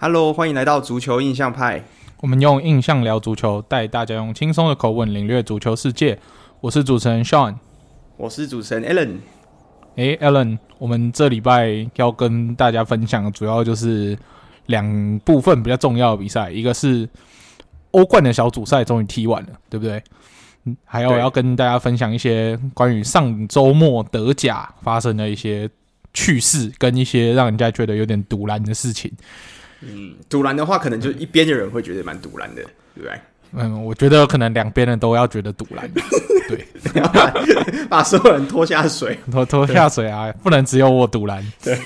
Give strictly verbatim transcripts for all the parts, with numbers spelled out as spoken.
Hello， 欢迎来到足球印象派。 我们用印象聊足球，带大家用轻松的口吻领略足球世界。我是主持人 Sean， 我是主持人 Alan。 诶 Alan， 我们这礼拜要跟大家分享的主要就是两部分比较重要的比赛，一个是欧冠的小组赛终于踢完了，对不对？还有要跟大家分享一些关于上周末德甲发生的一些趣事，跟一些让人家觉得有点毒烂的事情。 嗯，毒烂的话，可能就一边的人会觉得蛮毒烂的，对不对？ 嗯，我觉得可能两边人都要觉得毒烂，对， 把, 把所有人拖下水， 拖拖下水啊，不能只有我毒烂。 对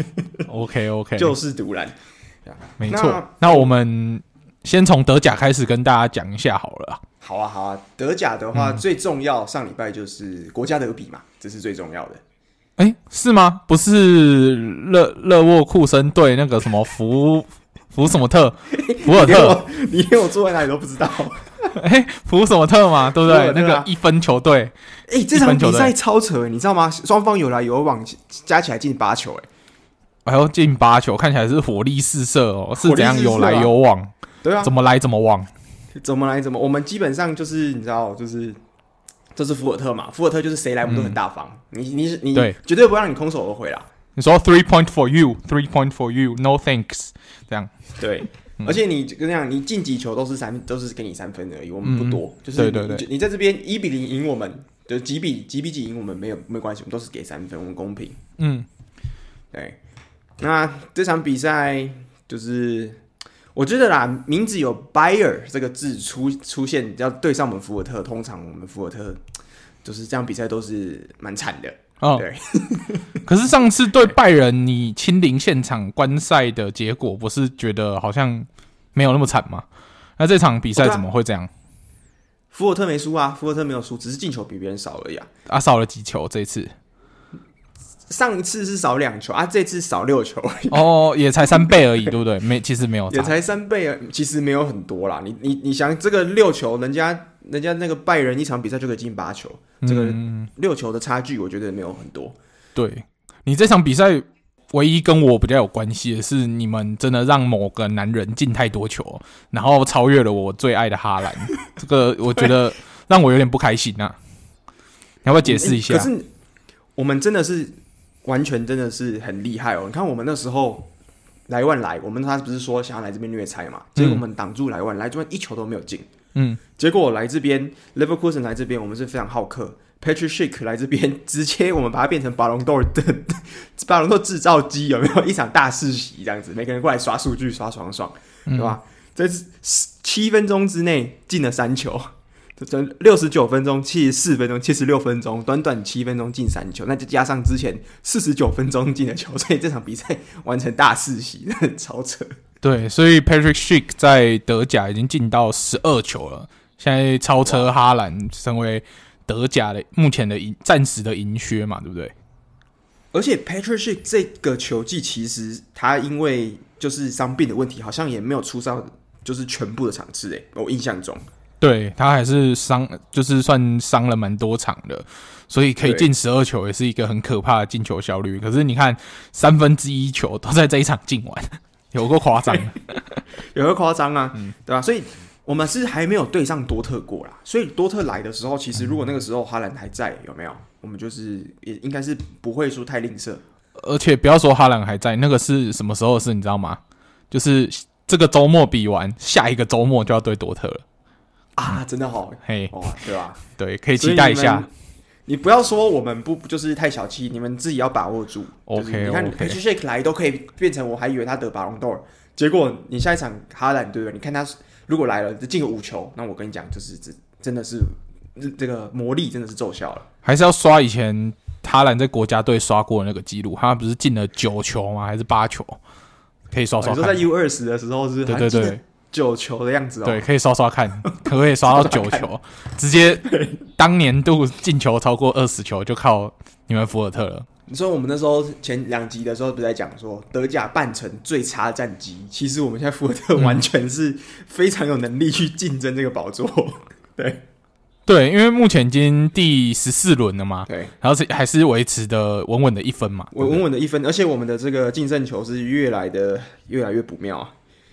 ，OK OK， 就是毒烂， 没错。那, 那我们先从德甲开始跟大家讲一下好了。 好啊，好啊。德甲的话， 嗯、 最重要上礼拜就是国家德比嘛，这是最重要的。 哎、欸，是吗？不是勒勒沃库森对那个什么福福什么特福尔特？ 你连我坐在哪里都不知道。 哎、欸，福什么特嘛，对不对？那个一分球队。 哎、欸，这场比赛超扯，你知道吗？双方有来有往，加起来进八球、欸， 哎，还要进八球，看起来是火力四射哦，是怎样有来有往？ 对啊， 怎么来怎么往？ 怎么来怎么？我们基本上就是你知道，就是这是福尔特嘛，福尔特就是谁来我们都很大方，嗯、你你你对绝对不会让你空手而回啦。 你说 three point for you, three point for you, no thanks， 这样对。嗯、而且你跟这样，你进几球都是三，都是给你三分而已，我们不多。嗯、就是你对对对， 你在这边一比零赢我们，就几比几比几赢我们没有没有关系，我们都是给三分，我们公平。 嗯， 对。那这场比赛就是我觉得啦，名字有 Bayer 这个字出出现，要对上我们福尔特，通常我们福尔特就是这样比赛都是蛮惨的。哦，对。 可是上次对拜仁，你亲临现场观赛的结果，不是觉得好像没有那么惨吗？那这场比赛怎么会这样？哦啊、 福尔特没输啊，福尔特没有输，只是进球比别人少而已啊。 啊，少了几球这一次？ 上一次是少两球啊，这次少六球而已。 哦，也才三倍而已，对不对？没，其实没有差， 也才三倍，其实没有很多啦。你你你想，这个六球，人家人家那个拜仁一场比赛就可以进八球，嗯、这个六球的差距，我觉得没有很多。 对，你这场比赛唯一跟我比较有关系的是，你们真的让某个男人进太多球，然后超越了我最爱的哈兰，这个我觉得让我有点不开心啊。你要不要解释一下？ 可是我们真的是。完全真的是很厉害哦！你看我们那时候莱万来，我们他不是说想要来这边虐菜嘛？结果我们挡住莱万，莱万一球都没有进。嗯，结果来这边 Leverkusen 来这边，我们是非常好客。Patrick Schick 来这边，直接我们把它变成巴隆多的巴隆多制造机，有没有？一场大世袭这样子，每个人过来刷数据，刷爽爽，对吧？在七分钟之内进了三球。六十九分钟、七十四分钟、七十六分钟，短短七分钟进三球，那就加上之前四十九分钟进的球，所以这场比赛完成大四喜，真的超扯。 对，所以 Patrick Schick 在德甲已经进到十二球了，现在超车哈兰，成为德甲的目前的暂时的银靴嘛，对不对？ 而且 Patrick Schick 这个球季其实他因为就是伤病的问题，好像也没有出上就是全部的场次诶，我印象中。 对，他还是伤，就是算伤了蛮多场的，所以可以进十二球，也是一个很可怕的进球效率。可是你看，三分之一球都在这一场进完，有够夸张， 有够夸张啊，嗯、对吧、啊？所以我们是还没有对上多特过啦。所以多特来的时候，其实如果那个时候哈兰还在，有没有？我们就是也应该是不会说太吝啬。 而且不要说哈兰还在，那个是什么时候的事？你知道吗？就是这个周末比完，下一个周末就要对多特了。 啊，真的好，嘿，哇，对吧？ 对，可以期待一下。 你, 你不要说我们不就是太小气，你们自己要把握住。 OK， 就是、你看 Patrick Schick 来都可以变成，我还以为他得巴隆多尔，结果你下一场哈兰对不对？你看他如果来了就进个五球，那我跟你讲，就是真的是这个魔力真的是奏效了。 还是要刷以前哈兰在国家队刷过的那个记录，他不是进了九球吗？还是八球？可以刷刷看。 你说在 U 二十 的时候是？ 对对对。 九球的样子哦， 对，可以刷刷看，可不可以刷到九球？直接当年度进球超过二十球，就靠你们福尔特了。 你说我们那时候前两集的时候不是在讲说德甲半程最差战绩，其实我们现在福尔特完全是非常有能力去竞争这个宝座。对对，因为目前已经第十四轮了嘛， 对， 然后是还是维持的稳稳的一分嘛， 稳稳的一分，而且我们的这个净胜球是越来的越来越不妙啊。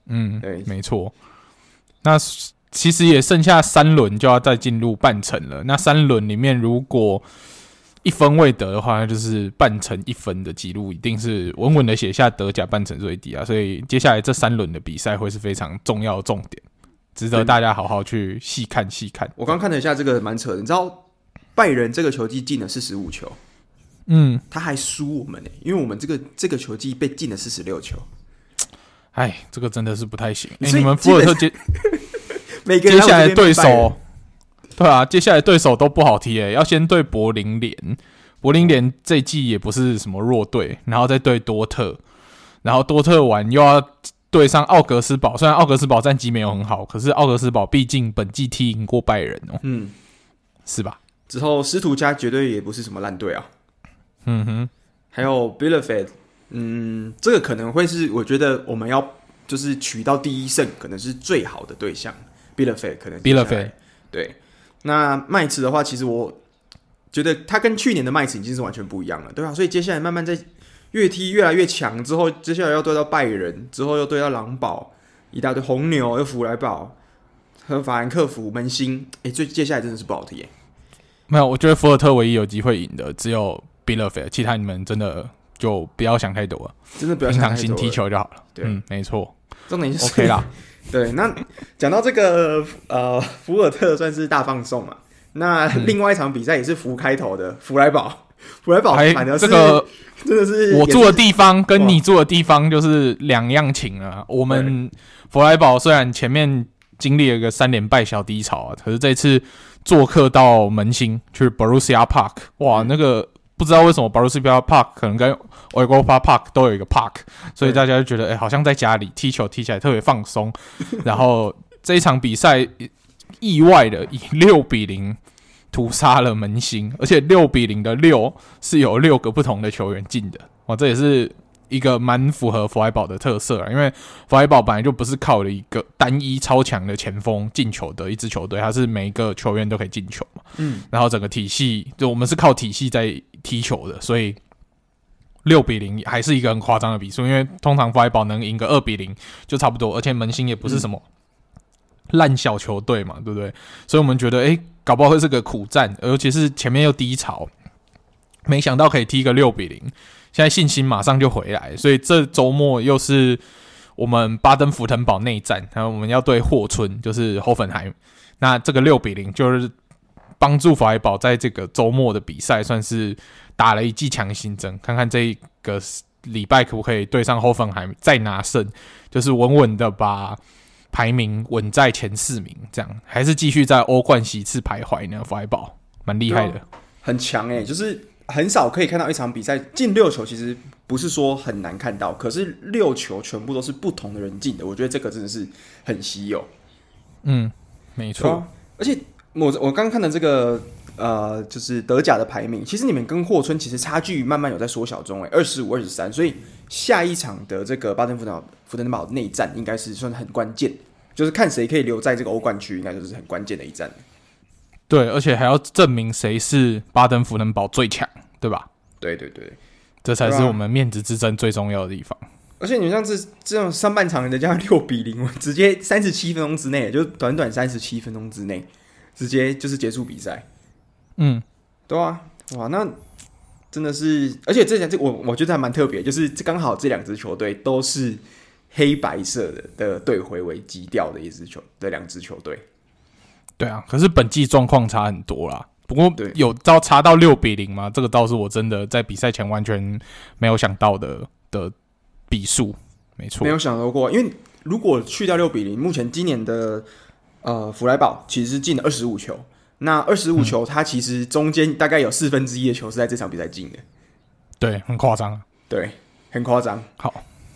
嗯，对，没错。那其实也剩下三轮就要再进入半程了。那三轮里面，如果一分未得的话，那就是半程一分的记录，一定是稳稳的写下德甲半程最低啊。所以接下来这三轮的比赛会是非常重要的重点，值得大家好好去细看细看。 我刚看了一下，这个蛮扯的。你知道拜仁这个球季进了四十五球， 嗯， 他还输我们呢、欸，因为我们这个这个球季被进了四十六球。 哎，这个真的是不太行。欸、你们福尔特接每个接下来对手，对啊，接下来对手都不好踢诶、欸，要先对柏林联，柏林联这一季也不是什么弱队，然后再对多特，然后多特完又要对上奥格斯堡。虽然奥格斯堡战绩没有很好，可是奥格斯堡毕竟本季踢赢过拜仁哦， 嗯， 是吧？ 之后斯图加绝对也不是什么烂队啊， 嗯哼， 还有 Bielefeld。嗯，这个可能会是我觉得我们要就是取到第一胜，可能是最好的对象。Bielefeld 可能 Bielefeld 对。那麦茨的话，其实我觉得他跟去年的麦茨已经是完全不一样了，对吧？所以接下来慢慢在越踢越来越强之后，接下来要对到拜仁，之后又对到狼堡，一大堆红牛，又弗莱堡和法兰克福、门兴，哎，最接下来真的是不好踢耶。 没有，我觉得福尔特唯一有机会赢的只有 Bielefeld， 其他你们真的。就不要想太多了， 真的不要想太多了， 平常心踢球就好了。 对， 嗯，没错， 重点就是 OK 啦。 对，那讲到这个呃，福尔特算是大放送嘛。那另外一场比赛也是福开头的弗莱堡，弗莱堡反正是、这个、真的是我住的地方跟你住的地方就是两样情了。我们弗莱堡虽然前面经历了一个三连败小低潮啊，可是这次做客到门兴去 Borussia Park， 哇，那个。不知道为什么 Borussia Park 可能跟 Europa Park 都有一个 Park， 所以大家就觉得，哎、欸，好像在家里踢球踢起来特别放松。然后这一场比赛意外的以六比零屠杀了门兴，而且六比零的六是有六个不同的球员进的，哇，这也是一个蛮符合弗莱堡的特色啦，因为弗莱堡本来就不是靠了一个单一超强的前锋进球的一支球队，它是每一个球员都可以进球嘛。嗯，然后整个体系就我们是靠体系在踢球的，所以六比零还是一个很夸张的比数，因为通常弗莱堡能赢个二比零就差不多，而且门兴也不是什么烂小球队嘛，对不对？所以我们觉得，哎，搞不好会是个苦战，尤其是前面又低潮，没想到可以踢个六比零，现在信心马上就回来，所以这周末又是我们巴登福腾堡内战，然后我们要对霍春，就是霍芬海姆，那这个六比零就是帮助弗莱堡在这个周末的比赛算是打了一剂强心针，看看这个礼拜可不可以对上霍芬海姆再拿胜，就是稳稳的把排名稳在前四名，这样还是继续在欧冠席次徘徊呢。弗莱堡蛮厉害的， 很强哎、欸，就是很少可以看到一场比赛进六球，其实不是说很难看到，可是六球全部都是不同的人进的，我觉得这个真的是很稀有。 嗯，没错、啊， 而且。我我刚看的这个呃，就是德甲的排名，其实你们跟霍春其实差距慢慢有在缩小中，哎，二十五、二十三，所以下一场的这个巴登福登福登堡内战应该是算很关键，就是看谁可以留在这个欧冠区，应该就是很关键的一战。 对，而且还要证明谁是巴登福登堡最强，对吧？ 对对对， 这才是我们面子之争最重要的地方。 而且你们像这这种上半场人家六比零，直接三十七分钟之内，就短短三十七分钟之内。直接就是结束比赛， 嗯， 对啊，哇，那真的是，而且这这我我觉得还蛮特别，就是刚好这两支球队都是黑白色的的队徽为基调的一支球的两支球队， 对啊，可是本季状况差很多啦。不过有到差到六比零吗？这个倒是我真的在比赛前完全没有想到的的比数，没错， 没有想到过，因为如果去掉六比零，目前今年的。呃，弗莱堡其实是进了二十五球，那二十五球，它其实中间大概有四分之一的球是在这场比赛进的， 对，很夸张， 对，很夸张。 好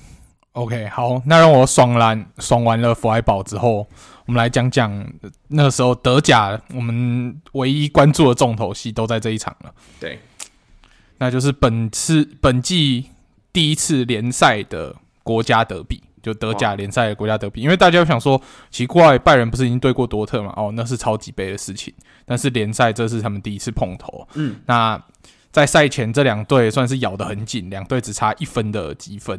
，OK， 好，那让我爽完爽完了弗莱堡之后，我们来讲讲那个时候德甲我们唯一关注的重头戏都在这一场了， 对， 那就是本次本季第一次联赛的国家德比。就德甲联赛的国家德比，因为大家想说奇怪，拜仁不是已经对过多特吗？哦，那是超级杯的事情。但是联赛这是他们第一次碰头。嗯，那在赛前这两队算是咬得很紧，两队只差一分的积分。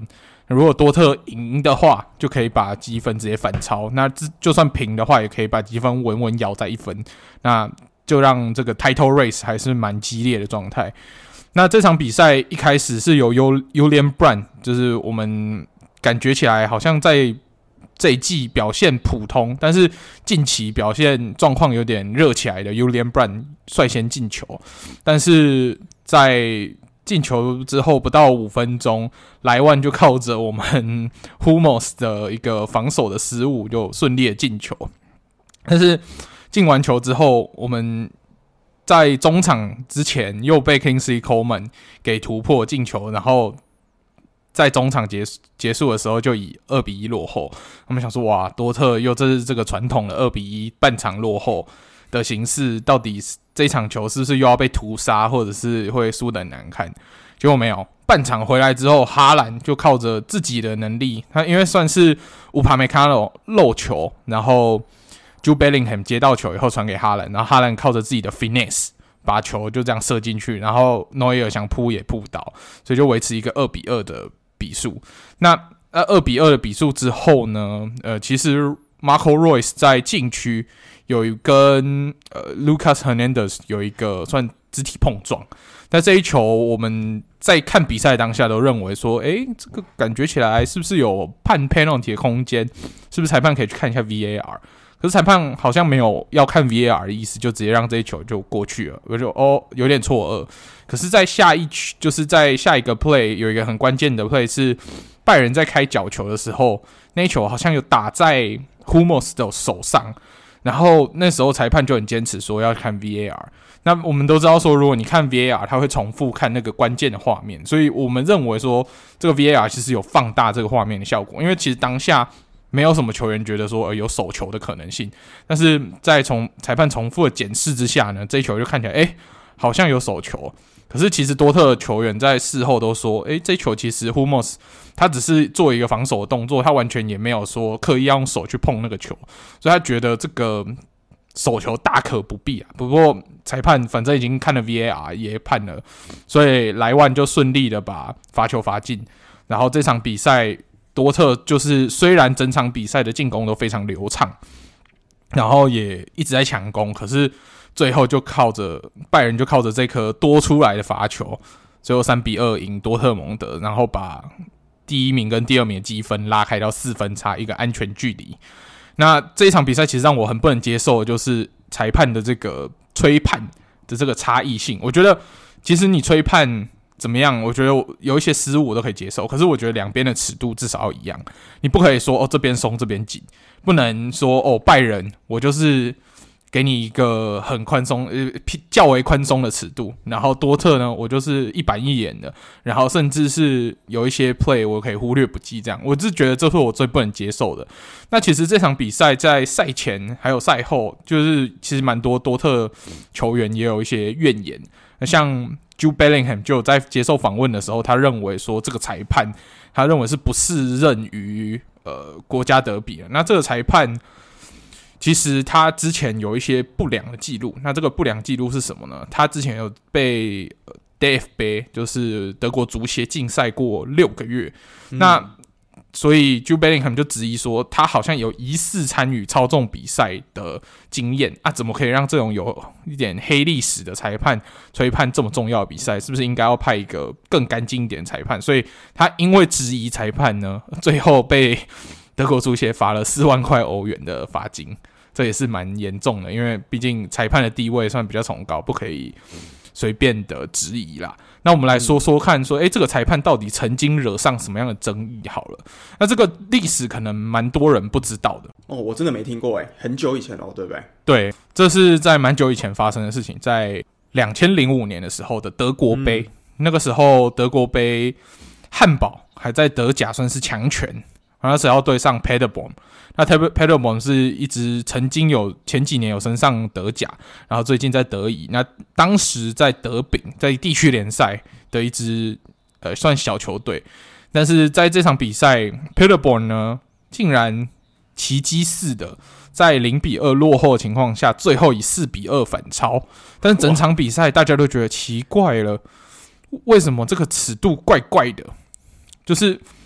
如果多特赢的话，就可以把积分直接反超；那就算平的话，也可以把积分稳稳咬在一分。那就让这个 title race 还是蛮激烈的状态。那这场比赛一开始是由 Julian Brandt， 就是我们感觉起来好像在这一季表现普通，但是近期表现状况有点热起来的 Julian Brandt 率先进球，但是在进球之后不到五分钟，莱万就靠着我们 Hummels 的一个防守的失误就顺利的进球。但是进完球之后，我们在中场之前又被 Kingsley Coman 给突破进球，然后在中场 结, 结束的时候就以二比一落后。他们想说，哇，多特又这是这个传统的二比一半场落后的形式，到底这一场球是不是又要被屠杀，或者是会输得很难看？结果没有，半场回来之后，哈兰就靠着自己的能力，他因为算是Upamecano漏球，然后Jude Bellingham 接到球以后传给哈兰，然后哈兰靠着自己的 finesse 把球就这样射进去，然后诺伊尔想扑也扑不倒，所以就维持一个二比二的比数。那呃二比二的比数之后呢，呃其实 Marco Reus 在禁区有一跟呃 Lucas Hernandez 有一个算肢体碰撞，但这一球我们在看比赛当下都认为说，诶，这个感觉起来是不是有判 penalty 的空间？是不是裁判可以去看一下 V A R？可是裁判好像没有要看 V A R 的意思，就直接让这一球就过去了，我就哦有点错愕。可是，在下一曲就是在下一个 play 有一个很关键的 play 是拜仁在开角球的时候，那一球好像有打在 Hummels 的手上，然后那时候裁判就很坚持说要看 V A R。那我们都知道说，如果你看 V A R， 它会重复看那个关键的画面，所以我们认为说这个 V A R 其实有放大这个画面的效果，因为其实当下没有什么球员觉得说、呃、有手球的可能性，但是在从裁判重复的检视之下呢，这一球就看起来哎好像有手球。可是其实多特的球员在事后都说，哎，这一球其实 Hummels 他只是做一个防守的动作，他完全也没有说刻意要用手去碰那个球，所以他觉得这个手球大可不必啊。不过裁判反正已经看了 V A R 也判了，所以莱万就顺利的把罚球罚进，然后这场比赛多特就是虽然整场比赛的进攻都非常流畅，然后也一直在强攻，可是最后就靠着拜仁就靠着这颗多出来的罚球，最后三比二赢多特蒙德，然后把第一名跟第二名的积分拉开到四分差，一个安全距离。那这一场比赛其实让我很不能接受的就是裁判的这个吹判的这个差异性。我觉得其实你吹判怎么样，我觉得有一些失误我都可以接受，可是我觉得两边的尺度至少要一样，你不可以说哦这边松这边紧，不能说哦拜仁我就是给你一个很宽松呃较为宽松的尺度，然后多特呢我就是一板一眼的，然后甚至是有一些 play 我可以忽略不计，这样我是觉得这是我最不能接受的。那其实这场比赛在赛前还有赛后，就是其实蛮多多特球员也有一些怨言，像Jude Bellingham 就有在接受访问的时候，他认为说这个裁判，他认为是不适任于呃国家德比的。那这个裁判其实他之前有一些不良的记录，那这个不良记录是什么呢？他之前有被 D F B 就是德国足协禁赛过六个月，嗯、那所以 Jude Bellingham 就质疑说，他好像有疑似参与操纵比赛的经验啊，怎么可以让这种有一点黑历史的裁判吹判这么重要的比赛？是不是应该要派一个更干净一点的裁判？所以他因为质疑裁判呢，最后被德国足协罚了四万块欧元的罚金，这也是蛮严重的，因为毕竟裁判的地位算比较崇高，不可以随便的质疑啦。那我们来说说看说，诶，这个裁判到底曾经惹上什么样的争议好了。那这个历史可能蛮多人不知道的。 哦，我真的没听过诶，很久以前了，对不对？ 对，这是在蛮久以前发生的事情，在二零零五年的时候的德国杯，嗯、那个时候德国杯汉堡还在德甲算是强权，那时候要对上 Paderborn。那 Paderborn 是一支曾经有前几年有升上德甲，然后最近在德乙。那当时在德丙在地区联赛的一支呃算小球队，但是在这场比赛 Paderborn 呢竟然奇迹似的在零比二落后的情况下，最后以四比二反超。但是整场比赛大家都觉得奇怪了，为什么这个尺度怪怪的？就是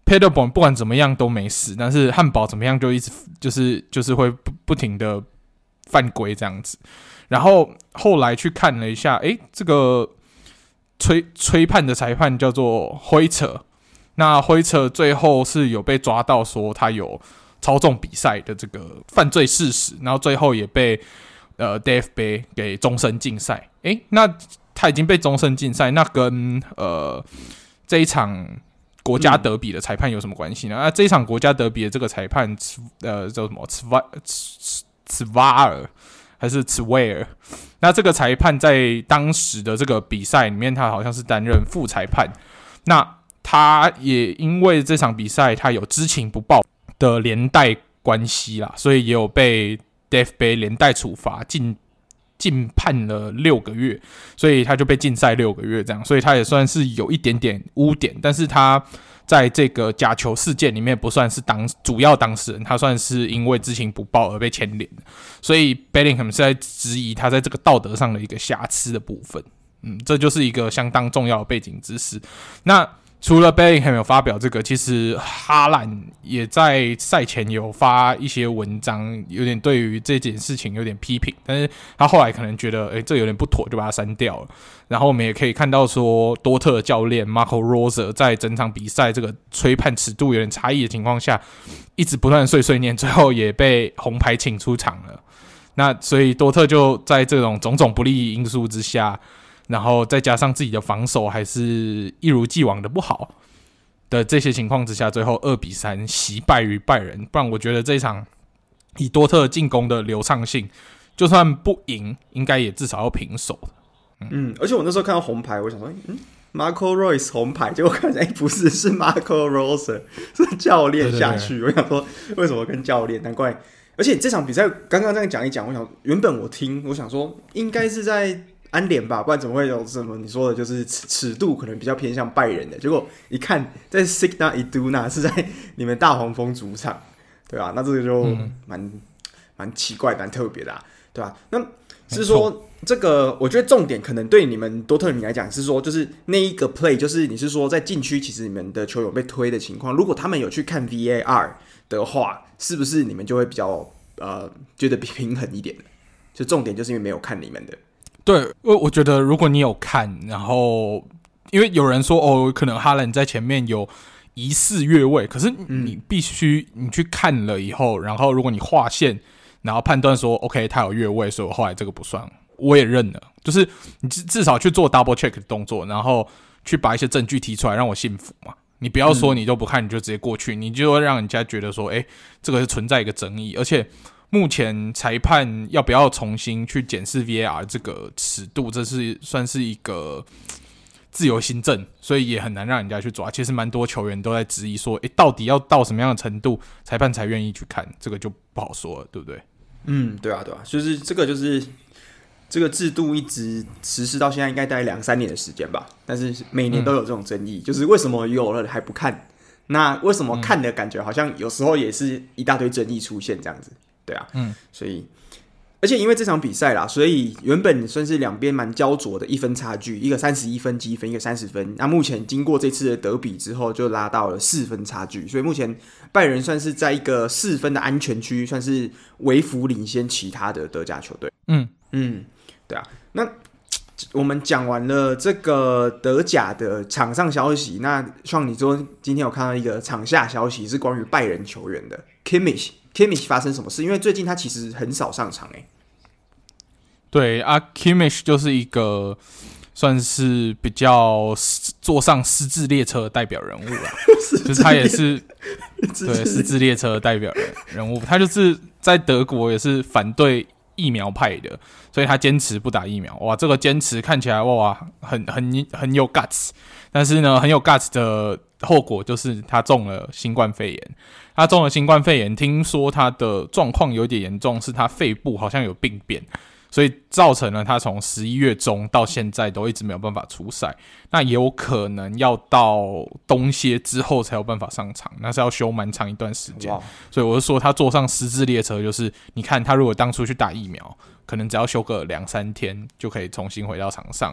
Paderborn 不管怎么样都没事，但是汉堡怎么样就一直就是就是会不不停的犯规这样子。然后后来去看了一下，诶，这个吹吹判的裁判叫做灰扯，那灰扯最后是有被抓到说他有操纵比赛的这个犯罪事实，然后最后也被呃 D F B 给终身禁赛。诶，那他已经被终身禁赛，那跟呃这一场国家德比的裁判有什么关系呢？那、啊、这一场国家德比的这个裁判，呃，叫什么？茨瓦茨瓦尔还是茨威尔？那这个裁判在当时的这个比赛里面，他好像是担任副裁判。那他也因为这场比赛他有知情不报的连带关系啦，所以也有被 D F B 连带处罚，禁禁判了六个月，所以他就被禁赛六个月这样，所以他也算是有一点点污点，但是他在这个假球事件里面不算是当主要当事人，他算是因为知情不报而被牵连，所以 Bellingham 是在质疑他在这个道德上的一个瑕疵的部分。嗯，这就是一个相当重要的背景知识。那除了 Bellingham 有发表这个，其实哈兰也在赛前有发一些文章，有点对于这件事情有点批评，但是他后来可能觉得，哎、欸，这有点不妥，就把它删掉了。然后我们也可以看到说，多特的教练 Marco Rose 在整场比赛这个吹判尺度有点差异的情况下，一直不断碎碎念，最后也被红牌请出场了。那所以多特就在这种种种不利因素之下，然后再加上自己的防守还是一如既往的不好的这些情况之下，最后二比三惜败于拜仁。不然我觉得这一场以多特进攻的流畅性，就算不赢，应该也至少要平手。 嗯, 嗯，而且我那时候看到红牌，我想说，嗯 ，Marco Reus 红牌，结果看起来不是，是 Marco Rose 是教练下去。对对对，我想说，为什么跟教练？难怪。而且这场比赛刚刚这样讲一讲，我想原本我听，我想说应该是在安联吧，不然怎么会有什么你说的，就是尺度可能比较偏向拜仁的。结果一看，在 Signal Iduna 是在你们大黄蜂主场，对吧、啊？那这个就蛮蛮、嗯、奇怪、蛮特别的、啊，对吧、啊？那是说这个，我觉得重点可能对你们多特迷来讲是说，就是那一个 play， 就是你是说在禁区，其实你们的球有被推的情况，如果他们有去看 V A R 的话，是不是你们就会比较呃觉得平衡一点？就重点就是因为没有看你们的。 对，我觉得如果你有看，然后因为有人说哦，可能哈兰在前面有疑似越位，可是你必须你去看了以后，然后如果你划线，然后判断说 OK 他有越位，所以我后来这个不算，我也认了。就是你至少去做 double check 的动作，然后去把一些证据提出来，让我信服嘛。你不要说你都不看，你就直接过去，你就会让人家觉得说，哎，这个是存在一个争议，而且。目前裁判要不要重新去检视 V A R 这个尺度，这是算是一个自由行政，所以也很难让人家去抓。其实蛮多球员都在质疑说，诶，到底要到什么样的程度，裁判才愿意去看？这个就不好说了，对不对？ 嗯，对啊，对啊，就是这个就是这个制度一直实施到现在，应该大概两三年的时间吧。但是每年都有这种争议，嗯、就是为什么有了还不看？那为什么看的感觉好像有时候也是一大堆争议出现这样子？对啊，嗯，所以，而且因为这场比赛啦，所以原本算是两边蛮焦灼的一分差距，一个三十一分积分，一个三十分。那目前经过这次的德比之后，就拉到了四分差距，所以目前拜仁算是在一个四分的安全区，算是微幅领先其他的德甲球队。嗯嗯，对啊。那我们讲完了这个德甲的场上消息，那像你说今天有看到一个场下消息，是关于拜仁球员的 Kimmich。Kimmich 发生什么事？因为最近他其实很少上场诶、欸。 对啊 ，Kimmich 就是一个算是比较坐上失智列车的代表人物啦，就是他也是对失智列车的代表人物，他就是在德国也是反对疫苗派的，所以他坚持不打疫苗。哇，这个坚持看起来哇很很很有 guts， 但是呢很有 guts 的后果就是他中了新冠肺炎。他中了新冠肺炎，听说他的状况有点严重，是他肺部好像有病变，所以造成了他从十一月中到现在都一直没有办法出赛。那也有可能要到冬歇之后才有办法上场，那是要休蛮长一段时间。所以我就说他坐上失智列车，就是你看他如果当初去打疫苗，可能只要休个两三天就可以重新回到场上。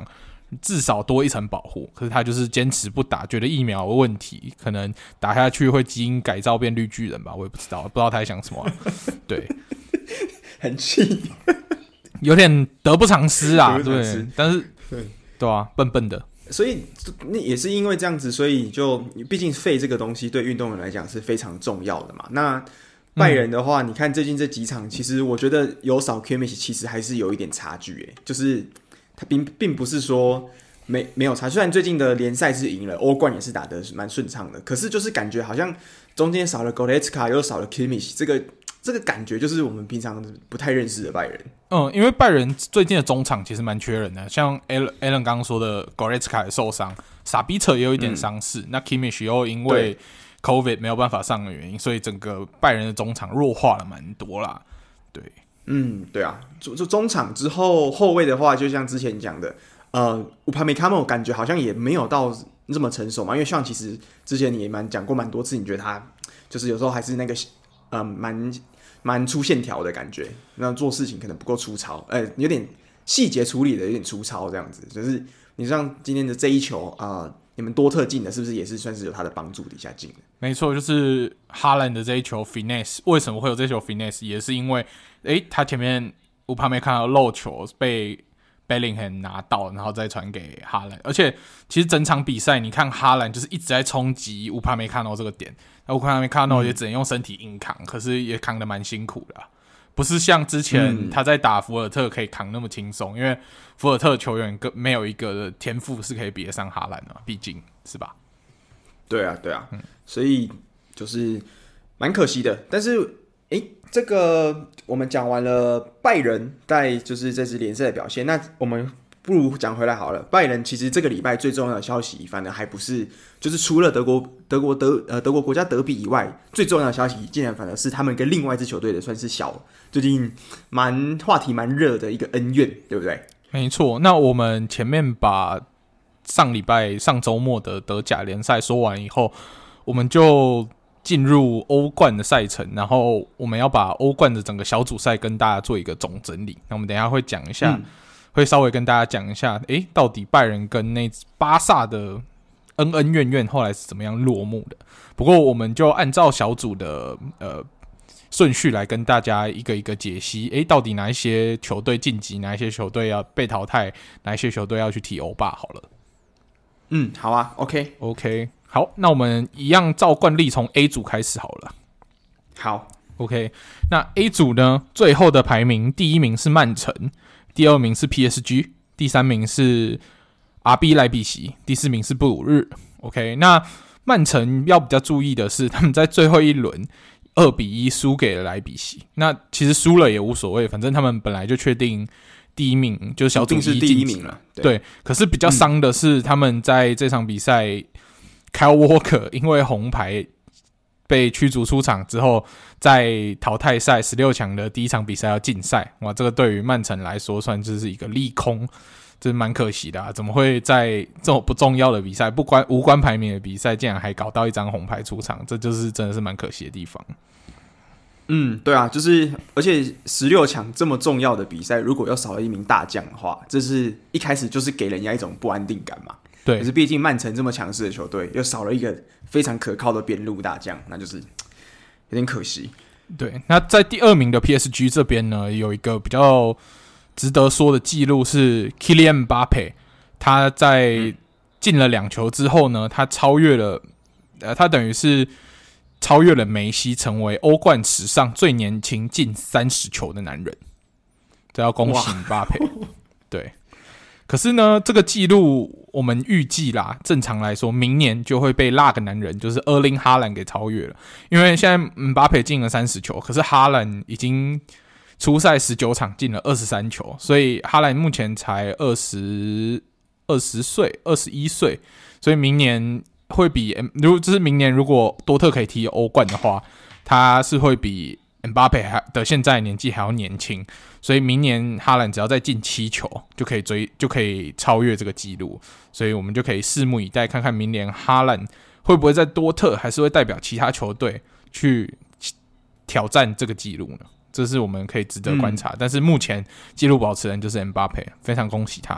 至少多一层保护，可是他就是坚持不打，觉得疫苗有问题，可能打下去会基因改造变绿巨人吧，我也不知道，不知道他在想什么、啊。对， 很气， 有点得不偿失啊， 得不偿失对，但是对对啊，笨笨的。 所以那也是因为这样子，所以就毕竟肺这个东西对运动员来讲是非常重要的嘛。那拜仁的话，嗯、你看最近这几场，其实我觉得有少 Kimmich 其实还是有一点差距诶，就是他并并不是说没没有差，虽然最近的联赛是赢了，欧冠也是打得蛮顺畅的，可是就是感觉好像中间少了 Goretzka 又少了 Kimmich， 这个这个感觉就是我们平常不太认识的拜仁。 嗯，因为拜仁最近的中场其实蛮缺人的，像 Alan Alan 刚刚说的 Goretzka 也受伤，萨比策也有一点伤势、嗯，那 Kimmich 又因为 COVID 没有办法上的原因，所以整个拜仁的中场弱化了蛮多啦。对， 嗯，对啊，就就中场之后后卫的话，就像之前讲的，呃 Upamecano 感觉好像也没有到这么成熟嘛，因为像其实之前你也蛮讲过蛮多次，你觉得他就是有时候还是那个呃蛮。蛮粗线条的感觉，那做事情可能不够粗糙，呃，有点细节处理的有点粗糙这样子。就是你像今天的这一球啊、呃，你们多特进的，是不是也是算是有他的帮助底下进的？ 没错，就是哈兰的这一球 finesse， 为什么会有这球 finesse， 也是因为，诶，他前面乌帕梅看到漏球被 Bellingham 拿到，然后再传给哈兰。而且其实整场比赛，你看哈兰就是一直在冲击乌帕梅看到这个点。那乌帕梅卡诺也只能用身体硬扛、嗯，可是也扛得蛮辛苦的、啊，不是像之前他在打福尔特可以扛那么轻松、嗯，因为福尔特球员没有一个的天赋是可以比得上哈兰的，毕竟是吧？ 对啊，对啊，嗯、所以就是蛮可惜的。但是，哎，这个我们讲完了拜仁在就是这支联赛的表现，那我们。不如讲回来好了，拜仁其实这个礼拜最重要的消息，反正还不是就是除了德国德国德呃德国国家德比以外，最重要的消息竟然反而是他们跟另外一支球队的算是小最近蛮话题蛮热的一个恩怨，对不对？ 没错。那我们前面把上礼拜上周末的德甲联赛说完以后，我们就进入欧冠的赛程，然后我们要把欧冠的整个小组赛跟大家做一个总整理。那我们等一下会讲一下。嗯，会稍微跟大家讲一下，诶，到底拜仁跟那巴萨的恩恩怨怨后来是怎么样落幕的？不过我们就按照小组的呃顺序来跟大家一个一个解析，诶，到底哪一些球队晋级，哪一些球队要被淘汰，哪一些球队要去踢欧霸好了。 嗯，好啊 ，OK OK， 好，那我们一样照惯例从 A 组开始好了。 好 ，OK， 那 A 组呢，最后的排名第一名是曼城。第二名是 P S G， 第三名是 R B 莱比锡，第四名是布鲁日。OK， 那曼城要比较注意的是，他们在最后一轮二比一输给了莱比锡。那其实输了也无所谓，反正他们本来就确定第一名，就是小组一是第一名了。 对，对，可是比较伤的是，他们在这场比赛、嗯、Kyle Walker 因为红牌被驱逐出场之后，在淘汰赛十六强的第一场比赛要禁赛，哇，这个对于曼城来说算是一个利空，这是蛮可惜的啊！怎么会在这种不重要的比赛、不关无关排名的比赛，竟然还搞到一张红牌出场？这就是真的是蛮可惜的地方。 嗯，对啊，就是而且十六强这么重要的比赛，如果要少了一名大将的话，这是一开始就是给人家一种不安定感嘛。 对， 可是毕竟曼城这么强势的球队，又少了一个非常可靠的边路大将，那就是有点可惜。 对，那在第二名的 P S G 这边呢，有一个比较值得说的记录是 Kylian Mbappé， 他在进了两球之后呢，他超越了，呃，他等于是超越了梅西，成为欧冠史上最年轻进三十球的男人。这要恭喜 Mbappé。对。可是呢，这个记录我们预计啦，正常来说，明年就会被那个男人，就是厄林哈兰给超越了。因为现在姆巴佩进了三十球，可是哈兰已经出赛十九场进了二十三球，所以哈兰目前才二十二十岁、二十一岁，所以明年会比如果就是明年如果多特可以踢欧冠的话，他是会比姆巴佩的现在年纪还要年轻，所以明年哈兰只要再进七球就可以追，就可以超越这个纪录，所以我们就可以拭目以待，看看明年哈兰会不会在多特，还是会代表其他球队去挑战这个纪录呢？这是我们可以值得观察。嗯、但是目前纪录保持人就是姆巴佩，非常恭喜他。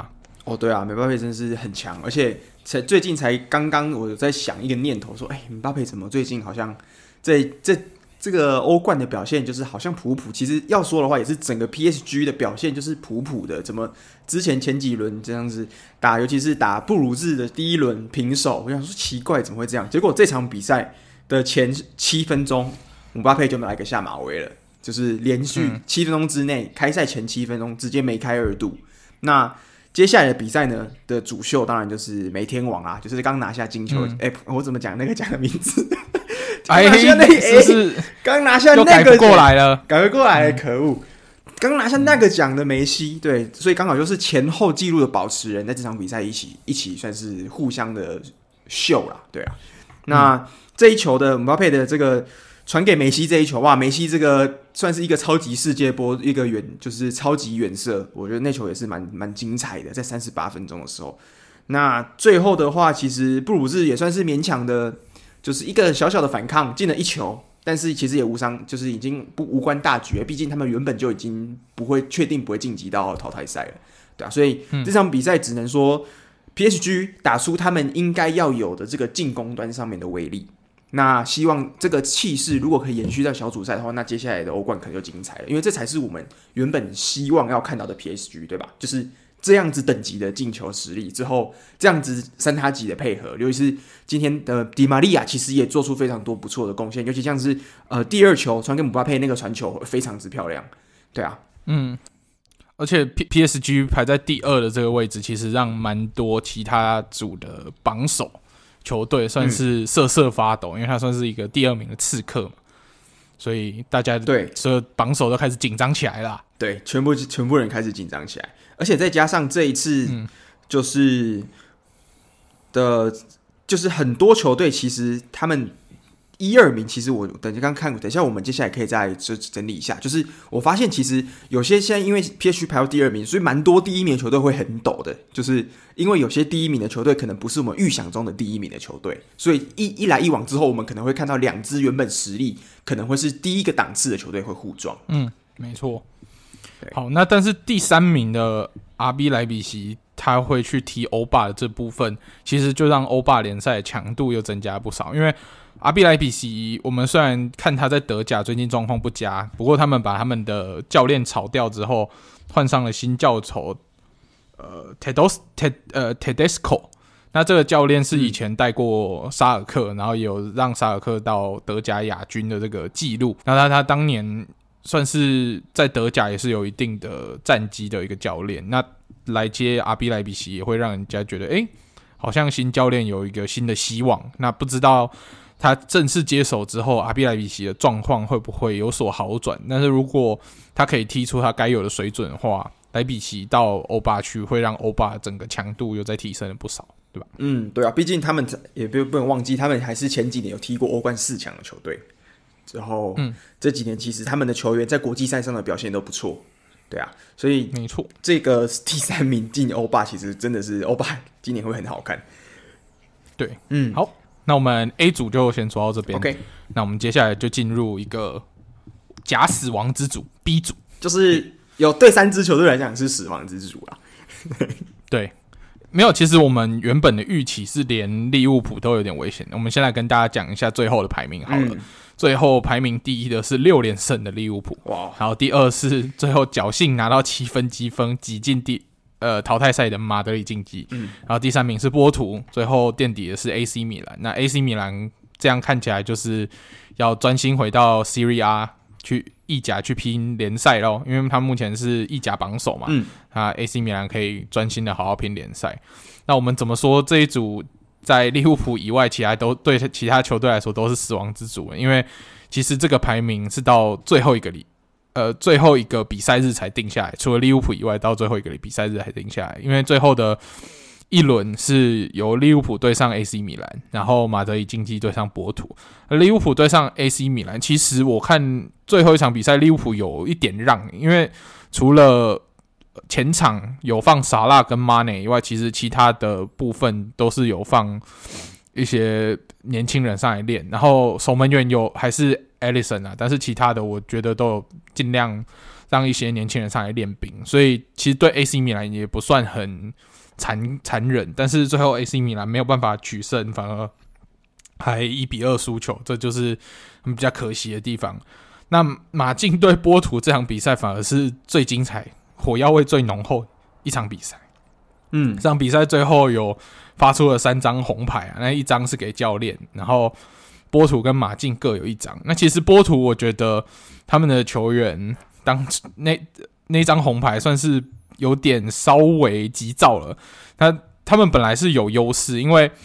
哦，对啊，姆巴佩真是很强，而且才最近才刚刚我有在想一个念头，说，哎，姆巴佩怎么最近好像这这这个欧冠的表现就是好像普普。其实要说的话，也是整个 P S G 的表现就是普普的。怎么之前前几轮这样子打，尤其是打布鲁日的第一轮平手，我想说奇怪怎么会这样？结果这场比赛的前七分钟，姆巴佩就来个下马威了，就是连续七分钟之内，嗯、开赛前七分钟直接梅开二度。那接下来的比赛呢的主秀当然就是梅天王啊，就是刚拿下金球。哎、嗯欸，我怎么讲那个讲的名字？ 哎， 是是刚拿下那个改不过来了， 改不过来了，可恶！刚拿下那个奖的梅西，对，所以刚好就是前后纪录的保持人，在这场比赛一起一起算是互相的秀啦，对啊。那、嗯、这一球的姆巴佩的这个传给梅西这一球，哇，梅西这个算是一个超级世界波，一个远就是超级远射，我觉得那球也是蛮蛮精彩的，在三十八分钟的时候。那最后的话，其实布鲁日也算是勉强的，就是一个小小的反抗，进了一球。但是其实也无伤，就是已经不无关大局了。毕竟他们原本就已经不会确定不会晋级到淘汰赛了，对啊。所以这场比赛只能说 P S G 打出他们应该要有的这个进攻端上面的威力。那希望这个气势如果可以延续到小组赛的话，那接下来的欧冠可能就精彩了，因为这才是我们原本希望要看到的 P S G， 对吧？就是这样子等级的进球实力之后，这样子三叉戟的配合，尤其是今天的迪玛利亚，其实也做出非常多不错的贡献，尤其像是呃第二球传给姆巴佩那个传球非常之漂亮，对啊， 嗯，而且 P P S G 排在第二的这个位置，其实让蛮多其他组的榜首球队算是瑟瑟发抖，嗯、因为他算是一个第二名的刺客嘛，所以大家对所有榜首都开始紧张起来了， 对，全部全部人开始紧张起来。而且再加上这一次，就是的，就是很多球队其实他们一二名，其实我等一下刚看过，等一下我们接下来可以再整理一下。就是我发现其实有些现在因为 P S G 排到第二名，所以蛮多第一名的球队会很抖的，就是因为有些第一名的球队可能不是我们预想中的第一名的球队，所以一一来一往之后，我们可能会看到两支原本实力可能会是第一个档次的球队会互撞。 嗯，没错。好，那但是第三名的 R B 莱比锡他会去踢欧霸的这部分，其实就让欧霸联赛的强度又增加不少。因为 R B 莱比锡，我们虽然看他在德甲最近状况不佳，不过他们把他们的教练炒掉之后，换上了新教头，呃 Tedos Ted 呃 Tedesco。那这个教练是以前带过沙尔克，然后也有让沙尔克到德甲亚军的这个记录。那他他当年算是在德甲也是有一定的战绩的一个教练，那来接 R B 莱比锡也会让人家觉得，哎、欸，好像新教练有一个新的希望。那不知道他正式接手之后 ，R B 莱比锡的状况会不会有所好转？但是如果他可以踢出他该有的水准的话，莱比锡到欧霸区会让欧霸整个强度又再提升了不少，对吧？ 嗯，对啊，毕竟他们也不不能忘记，他们还是前几年有踢过欧冠四强的球队。之后、嗯，这几年其实他们的球员在国际赛上的表现都不错，对啊，所以没错， 这个第三名进欧霸，其实真的是欧霸今年会很好看。 对，嗯，好，那我们 A 组就先说到这边 ，OK， 那我们接下来就进入一个假死亡之组 B 组， 就是有对三支球队来讲是死亡之组啦。 对。没有，其实我们原本的预期是连利物浦都有点危险。我们先来跟大家讲一下最后的排名好了。嗯、最后排名第一的是六连胜的利物浦，哇！然后第二是最后侥幸拿到七分积分挤进第呃淘汰赛的马德里竞技，嗯，然后第三名是波图，最后垫底的是 A C 米兰。那 A C 米兰这样看起来就是要专心回到 Serie A 去意甲去拼联赛咯，因为他目前是意甲榜首嘛，嗯，啊 A C 米兰可以专心的好好拼联赛。那我们怎么说这一组在利物浦以外，其他都对其他球队来说都是死亡之组，因为其实这个排名是到最后一个里呃最后一个比赛日才定下来，除了利物浦以外，到最后一个比赛日才定下来，因为最后的一轮是由利物浦对上 A C 米兰，然后马德里竞技对上波图。而利物浦对上 A C 米兰，其实我看最后一场比赛利物浦有一点让，因为除了前场有放萨拉跟马内以外，其实其他的部分都是有放一些年轻人上来练，然后守门员有还是 Alisson 啊，但是其他的我觉得都有尽量让一些年轻人上来练兵，所以其实对 A C 米兰也不算很残残忍，但是最后 A C 米兰没有办法取胜，反而还一比二输球，这就是比较可惜的地方。那马竞对波图这场比赛反而是最精彩、火药味最浓厚一场比赛。嗯，这场比赛最后有发出了三张红牌啊，那一张是给教练，然后波图跟马竞各有一张。那其实波图我觉得他们的球员当那那张红牌算是有点稍微急躁了。他他们本来是有优势，因为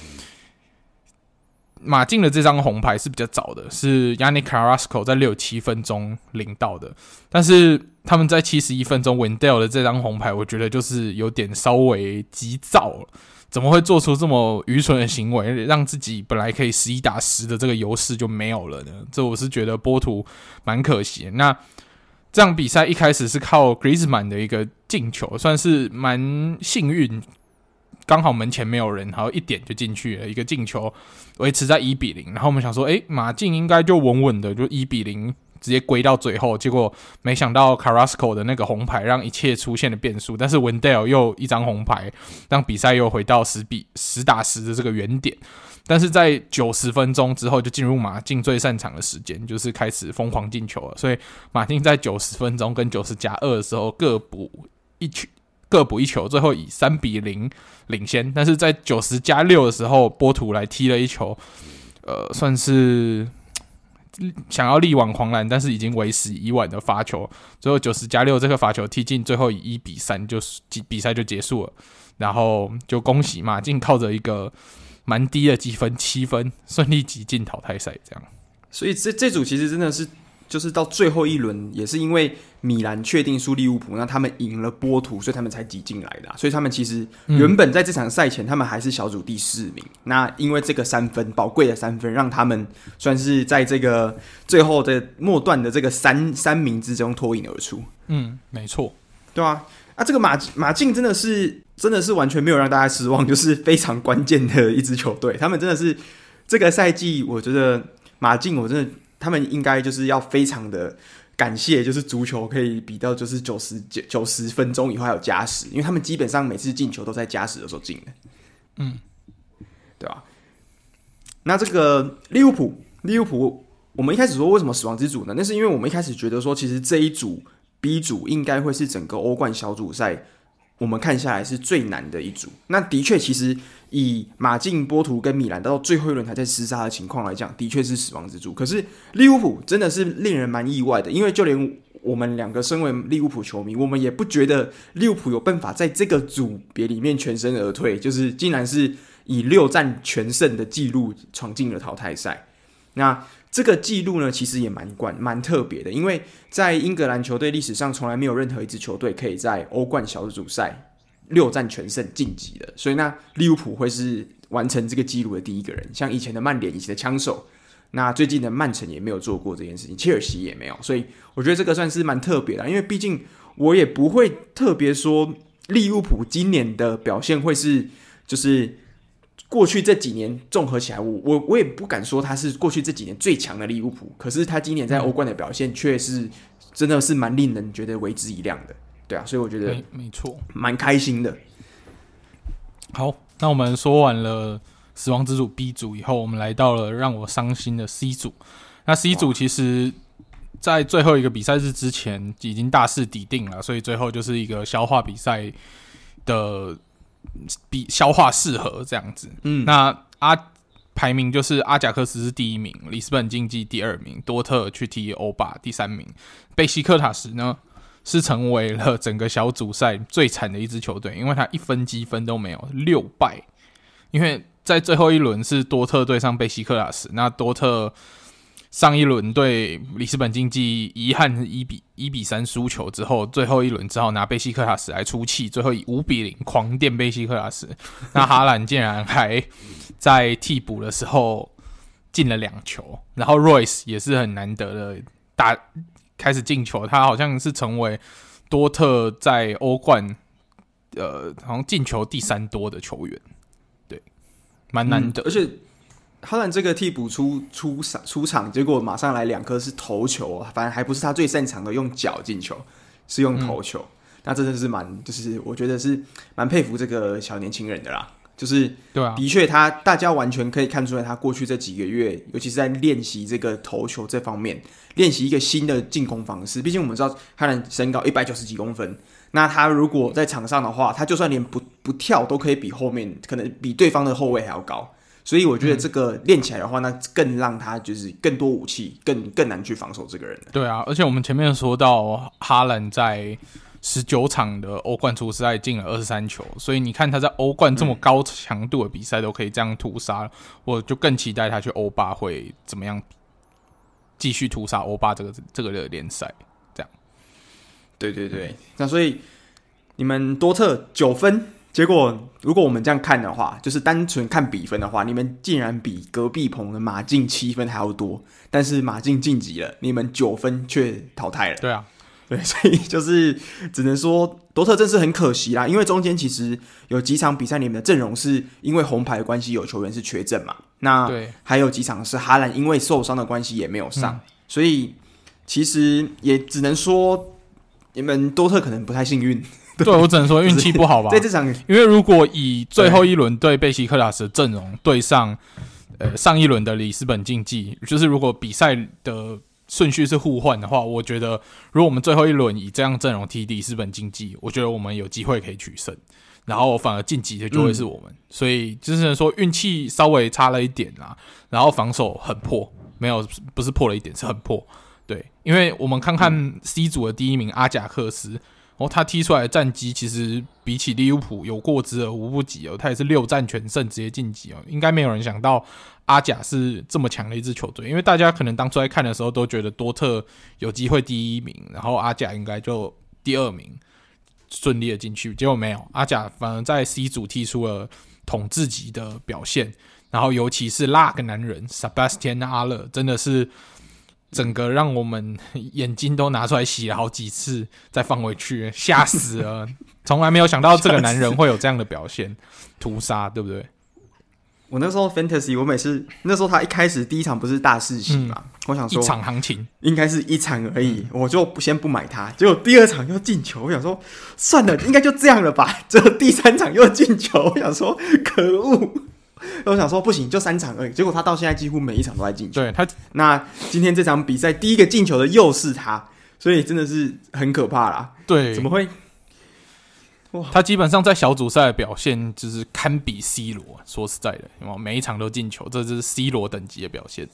马竞的这张红牌是比较早的，是 Yannick Carrasco 在六十七分钟领到的，但是他们在七十一分钟 Wendell 的这张红牌，我觉得就是有点稍微急躁了。怎么会做出这么愚蠢的行为，让自己本来可以十一打十的这个优势就没有了呢？这我是觉得波图蛮可惜的。那这场比赛一开始是靠 Griezmann 的一个进球，算是蛮幸运，刚好门前没有人，然后一点就进去了，一个进球维持在一比零。然后我们想说，诶，马竞应该就稳稳的就一比零直接归到最后，结果没想到 Carrasco 的那个红牌让一切出现了变数，但是 Wendell 又一张红牌，让比赛又回到十比十打十的这个原点。但是在九十分钟之后就进入马竞最擅长的时间，就是开始疯狂进球了。所以马竞在九十分钟跟九十加二的时候各补一球，各补一球，最后以三比零领先。但是在九十加六的时候，波图来踢了一球，呃，算是想要力挽狂澜，但是已经为时已晚的罚球。最后九十加六这个罚球踢进，最后以一比三就比赛就结束了。然后就恭喜马竞靠着一个蛮低的积分七分顺利挤进淘汰赛，这样。 所以这这组其实真的是就是到最后一轮，也是因为米兰确定输利物浦，那他们赢了波图，所以他们才挤进来的、啊。所以他们其实原本在这场赛前，他们还是小组第四名。嗯、那因为这个三分宝贵的三分，让他们算是在这个最后的末段的这个三三名之中脱颖而出。 嗯，没错， 对啊。啊，这个马马竞真的是真的是完全没有让大家失望，就是非常关键的一支球队。他们真的是这个赛季，我觉得马竞，我真的他们应该就是要非常的感谢，就是足球可以比到就是九十九十分钟以后还有加时，因为他们基本上每次进球都在加时的时候进的。嗯，对吧？那这个利物浦，利物浦，我们一开始说为什么死亡之组呢？那是因为我们一开始觉得说，其实这一组 B 组应该会是整个欧冠小组赛我们看下来是最难的一组。那的确，其实以马竞、波图跟米兰到最后一轮还在厮杀的情况来讲，的确是死亡之组。可是利物浦真的是令人蛮意外的，因为就连我们两个身为利物浦球迷，我们也不觉得利物浦有办法在这个组别里面全身而退，就是竟然是以六战全胜的纪录闯进了淘汰赛。那这个记录呢，其实也蛮冠蛮特别的，因为在英格兰球队历史上，从来没有任何一支球队可以在欧冠小组赛六战全胜晋级的，所以那利物浦会是完成这个记录的第一个人。像以前的曼联、以前的枪手，那最近的曼城也没有做过这件事情，切尔西也没有，所以我觉得这个算是蛮特别的。因为毕竟我也不会特别说利物浦今年的表现会是就是。过去这几年综合起来，我我我也不敢说他是过去这几年最强的利物浦，可是他今年在欧冠的表现却是真的是蛮令人觉得为之一亮的，对啊，所以我觉得没错， 蛮开心的。 好，那我们说完了死亡之组 B 组以后，我们来到了让我伤心的 C 组。那 C 组其实在最后一个比赛日之前已经大势已定了，所以最后就是一个消化比赛的。比消化适合这样子，嗯，那阿排名就是阿贾克斯是第一名，里斯本竞技第二名，多特去踢欧霸第三名，贝西克塔什呢是成为了整个小组赛最惨的一支球队，因为他一分积分都没有，六败。因为在最后一轮是多特对上贝西克塔什，那多特上一轮对里斯本竞技遗憾一比一比三输球之后，最后一轮只好拿贝西克塔什来出气，最后以五比零狂电贝西克塔什。那哈兰竟然还在替补的时候进了两球，然后 Royce 也是很难得的打开始进球，他好像是成为多特在欧冠呃好像进球第三多的球员，对，蛮难得、嗯， 而且。哈兰这个替补出出出场，结果马上来两颗是头球，反正还不是他最擅长的用脚进球，是用头球。嗯、 那真的是蛮，就是我觉得是蛮佩服这个小年轻人的啦。就是对啊， 的确他大家完全可以看出来，他过去这几个月，尤其是在练习这个投球这方面，练习一个新的进攻方式。毕竟我们知道他的身高一百九十几公分，那他如果在场上的话，他就算连不不跳都可以比后面可能比对方的后卫还要高。所以我觉得这个练起来的话，那更让他就是更多武器，更更难去防守这个人了。 对啊，而且我们前面说到哈兰在十九场的欧冠初赛进了二十三球，所以你看他在欧冠这么高强度的比赛都可以这样屠杀，嗯、我就更期待他去欧霸会怎么样继续屠杀欧霸这个这个的联赛。这样， 对对对，那所以你们多特九分，结果如果我们这样看的话，就是单纯看比分的话，你们竟然比隔壁棚的马竞七分还要多，但是马竞晋级了，你们九分却淘汰了。 对啊。 对，所以就是只能说多特真是很可惜啦，因为中间其实有几场比赛，你们的阵容是因为红牌的关系有球员是缺阵嘛，那还有几场是哈兰因为受伤的关系也没有上，嗯、所以其实也只能说你们多特可能不太幸运。 对, 对我只能说运气不好吧， 在这场， 因为如果以最后一轮对贝西克塔斯的阵容对上呃上一轮的里斯本竞技，就是如果比赛的顺序是互换的话，我觉得如果我们最后一轮以这样阵容踢里斯本竞技，我觉得我们有机会可以取胜，然后反而晋级的就会是我们，嗯、所以就是说运气稍微差了一点啦，然后防守很破，没有不是破了一点，是很破。对，因为我们看看 C 组的第一名阿贾克斯，哦，他踢出来的战绩其实比起利物浦有过之而无不及哦，他也是六战全胜直接晋级哦，应该没有人想到阿贾是这么强的一支球队，因为大家可能当初在看的时候都觉得多特有机会第一名，然后阿贾应该就第二名顺利的进去，结果没有，阿贾反而在 C 组踢出了统治级的表现，然后尤其是那个男人 Sebastian 阿勒真的是整个让我们眼睛都拿出来洗了好几次再放回去，吓死了从来没有想到这个男人会有这样的表现，屠杀对不对？ 我那时候 Fantasy 我每次那时候他一开始第一场不是大四喜嘛、嗯、我想说一场行情应该是一场而已、嗯、我就先不买他，结果第二场又进球，我想说算了应该就这样了吧，结果第三场又进球，我想说可恶，我想说不行就三场而已，结果他到现在几乎每一场都在进球。 对他， 那今天这场比赛第一个进球的又是他，所以真的是很可怕啦。 对， 怎么会？ 他基本上在小组赛的表现就是堪比 C 罗，说实在的，每一场都进球，这就是 C 罗等级的表现。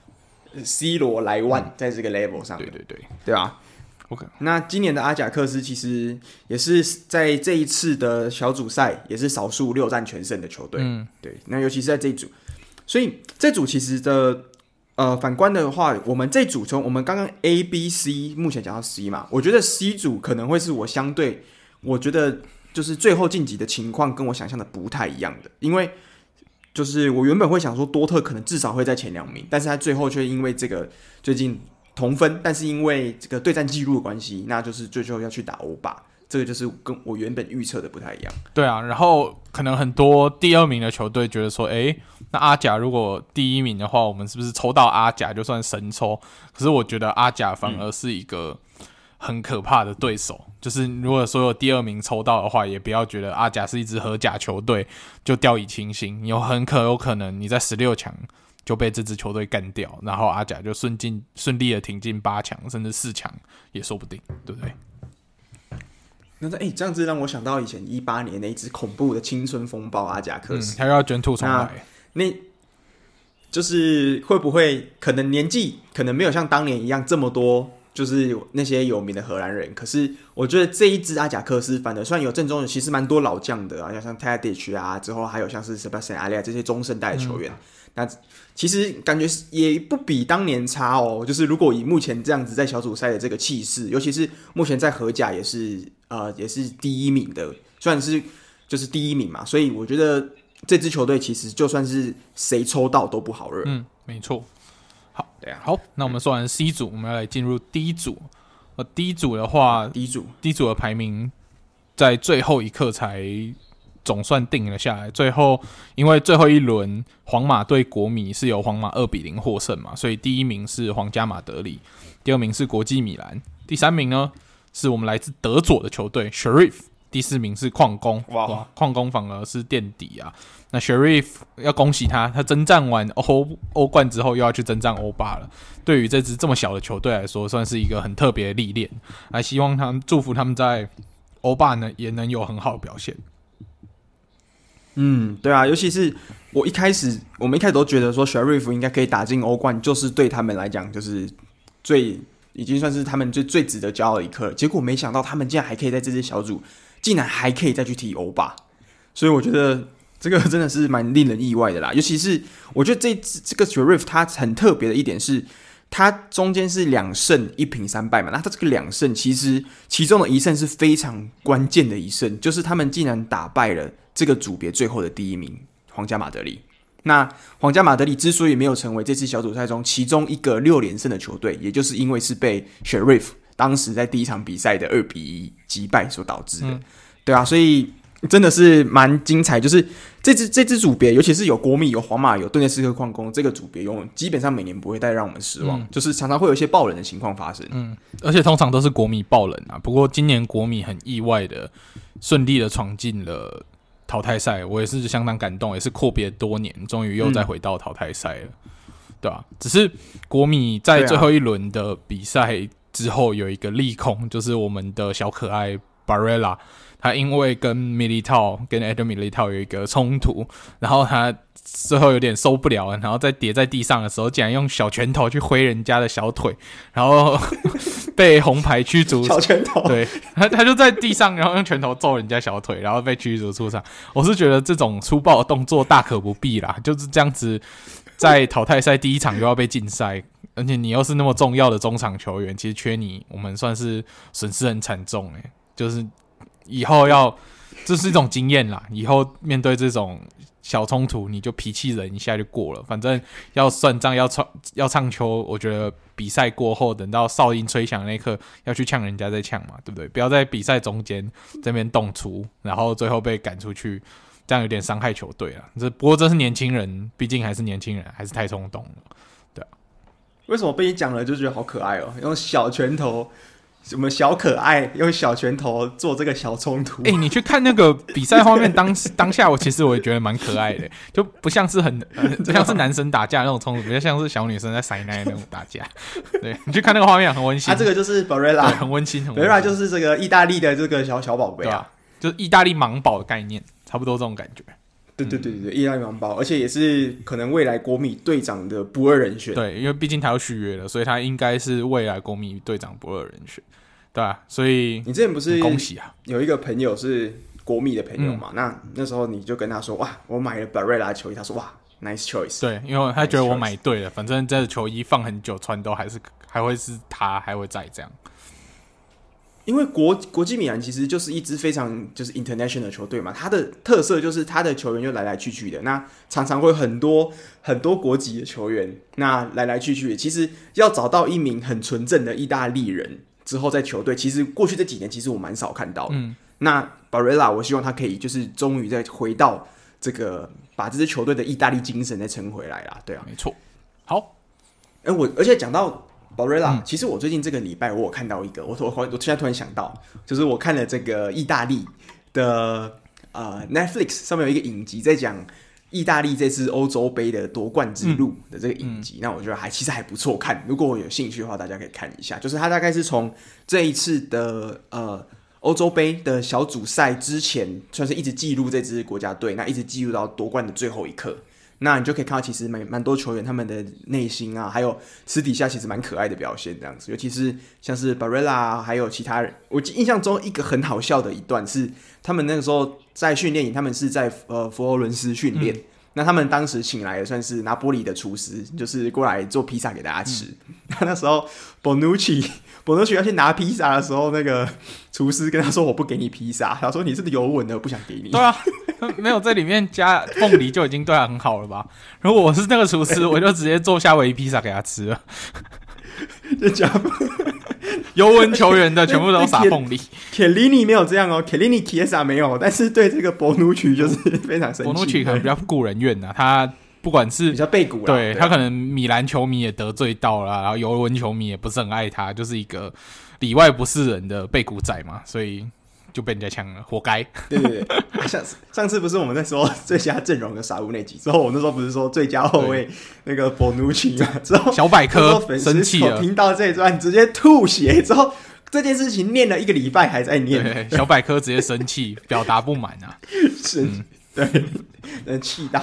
C 罗莱万在这个 level 上， 对对对， 对吧？OK， 那今年的阿贾克斯其实也是在这一次的小组赛也是少数六战全胜的球队，嗯，对。那尤其是在这一组，所以这组其实的呃反观的话，我们这组从我们刚刚 A、B、C 目前讲到 C 嘛，我觉得 C 组可能会是我相对我觉得就是最后晋级的情况跟我想象的不太一样的，因为就是我原本会想说多特可能至少会在前两名，但是他最后却因为这个最近同分，但是因为这个对战记录的关系，那就是最后要去打欧霸，这个就是跟我原本预测的不太一样。 对啊，然后可能很多第二名的球队觉得说，哎，那阿贾如果第一名的话，我们是不是抽到阿贾就算神抽？可是我觉得阿贾反而是一个很可怕的对手，嗯、就是如果所有第二名抽到的话，也不要觉得阿贾是一支荷甲球队就掉以轻心，有很可有可能你在十六强就被这支球队干掉，然后阿贾就顺进顺利的挺进八强甚至四强也说不定，对不对？ 那这、欸、这样子让我想到以前一八年那一支恐怖的青春风暴阿贾克斯， 嗯、他又要卷土重来， 那就是会不会可能年纪可能没有像当年一样这么多。就是那些有名的荷兰人，可是我觉得这一支阿贾克斯反而算有正宗的，其实蛮多老将的啊，像 Tadic 啊，之后还有像是 Sebastian Haller 这些中生代的球员、嗯，那其实感觉也不比当年差哦。就是如果以目前这样子在小组赛的这个气势，尤其是目前在荷甲也是呃也是第一名的，虽然是就是第一名嘛，所以我觉得这支球队其实就算是谁抽到都不好惹。 嗯，没错。好， 对啊， 好，那我们说完 C 组，我们要来进入 D 组。呃 ，D 组的话 ，D 组 D 组的排名在最后一刻才总算定了下来。最后，因为最后一轮皇马对国米是由皇马二比零获胜嘛，所以第一名是皇家马德里，第二名是国际米兰，第三名呢是我们来自德佐的球队 Sheriff， 第四名是矿工， 哇， 矿工反而是垫底啊。那 Sheriff 要恭喜他，他征战完欧欧冠之后又要去征战欧霸了。对于这支这么小的球队来说，算是一个很特别的历练。还希望他们祝福他们在欧霸呢也能有很好的表现。 嗯，对啊，尤其是我一开始，我们一开始都觉得说 Sheriff 应该可以打进欧冠，就是对他们来讲就是最已经算是他们最最值得骄傲的一刻了。结果没想到他们竟然还可以在这支小组，竟然还可以再去踢欧霸，所以我觉得这个真的是蛮令人意外的啦。尤其是我觉得这这个 Sheriff 它很特别的一点是，它中间是两胜一平三败嘛，那它这个两胜其实其中的一胜是非常关键的一胜，就是他们竟然打败了这个组别最后的第一名皇家马德里。那皇家马德里之所以没有成为这次小组赛中其中一个六连胜的球队，也就是因为是被 Sheriff 当时在第一场比赛的二比一击败所导致的。嗯、对啊，所以真的是蛮精彩，就是这支这支组别，尤其是有国米、有皇马、有顿涅斯克矿工这个组别，永基本上每年不会再让我们失望，嗯、就是常常会有一些爆冷的情况发生。 嗯，而且通常都是国米爆冷啊。不过今年国米很意外的顺利的闯进了淘汰赛，我也是相当感动，也是阔别多年，终于又再回到淘汰赛了，嗯、对吧、啊？只是国米在最后一轮的比赛之后有一个利空，就是我们的小可爱 Barella。他因为跟 Militao 跟 Eder Militao 有一个冲突，然后他最后有点受不了了，然后在跌在地上的时候，竟然用小拳头去挥人家的小腿，然后被红牌驱逐。 小拳头， 对，他他就在地上，然后用拳头揍人家小腿，然后被驱逐出场。我是觉得这种粗暴的动作大可不必啦，就是这样子，在淘汰赛第一场又要被禁赛，而且你又是那么重要的中场球员，其实缺你，我们算是损失很惨重诶，就是。以后要，这是一种经验啦。以后面对这种小冲突，你就脾气忍一下就过了。反正要算账，要唱要唱秋，我觉得比赛过后，等到哨音吹响那一刻，要去呛人家再呛嘛，对不对？不要在比赛中间这边动粗，然后最后被赶出去，这样有点伤害球队了。这不过这是年轻人，毕竟还是年轻人，还是太冲动了，对啊。 为什么被你讲了就觉得好可爱哦？用小拳头。什么小可爱用小拳头做这个小冲突？ 哎、欸，你去看那个比赛画面，当当下我其实我也觉得蛮可爱的，就不像是很、呃、不像是男生打架那种冲突，比较像是小女生在塞奶那种打架。对，你去看那个画面很温馨。 啊，这个就是 Barella， 很温馨，很温馨。 Barella 就是这个意大利的这个小小宝贝啊， 啊，就是意大利盲宝的概念，差不多这种感觉。 对对对对，意大利盲宝，而且也是可能未来国米队长的不二人选。 对，因为毕竟他要续约了，所以他应该是未来国米队长不二人选。对啊，所以你之前不是恭喜啊， 有一个朋友是国米的朋友嘛？嗯、那那时候你就跟他说，哇，我买了 Barella 的球衣，他说哇 ，nice choice。 对，因为他觉得我买对了，反正这球衣放很久穿都还是还会是他还会在这样。 因为国国际米兰其实就是一支非常就是 international 的球队嘛，它的特色就是它的球员就来来去去的，那常常会很多很多国籍的球员，那来来去去的，其实要找到一名很纯正的意大利人之后在球队，其实过去这几年其实我蛮少看到的。嗯，那 Barella 我希望他可以就是终于再回到这个把这支球队的意大利精神再撑回来啦，对啊， 没错。好， 哎、欸，我而且讲到。Barella，、嗯、其实我最近这个礼拜我有看到一个，我我我现在突然想到，就是我看了这个意大利的呃 Netflix 上面有一个影集，在讲意大利这次欧洲杯的夺冠之路的这个影集，嗯、那我觉得还其实还不错看，如果我有兴趣的话，大家可以看一下。就是它大概是从这一次的呃欧洲杯的小组赛之前，算是一直记录这支国家队，那一直记录到夺冠的最后一刻。那你就可以看到，其实蛮蛮多球员他们的内心啊，还有私底下其实蛮可爱的表现这样子。尤其是像是 Barella， 还有其他人，我印象中一个很好笑的一段是，他们那个时候在训练营，他们是在呃佛罗伦斯训练。嗯、那他们当时请来的算是拿波里的厨师，就是过来做披萨给大家吃。嗯、那那时候 Bonucci Bonucci 要去拿披萨的时候，那个厨师跟他说：“我不给你披萨。”他说：“你是油吻的，我不想给你。” 对啊。没有在里面加凤梨就已经对他很好了吧？如果我是那个厨师，我就直接做夏威夷披萨给他吃了。 就加尤文球员的全部都撒凤梨。 凯利尼没有这样哦，凯利尼 Chiesa 没有，但是对这个博努曲就是非常生气。 博努曲可能比较顾人怨啊，他不管是比较背骨啦， 对, 对他可能米兰球迷也得罪到了，然后尤文球迷也不是很爱他，就是一个里外不是人的背骨仔嘛，所以就被人家呛了，活该。 对对对，上上次不是我们在说最佳阵容的傻屋那集之后，我那时候不是说最佳后卫那个 Bonucci 嘛？之后小百科生气了， 听到这一段直接吐血，之后这件事情念了一个礼拜还在念， 小百科直接生气，表达不满啊， 是，嗯、对，气到。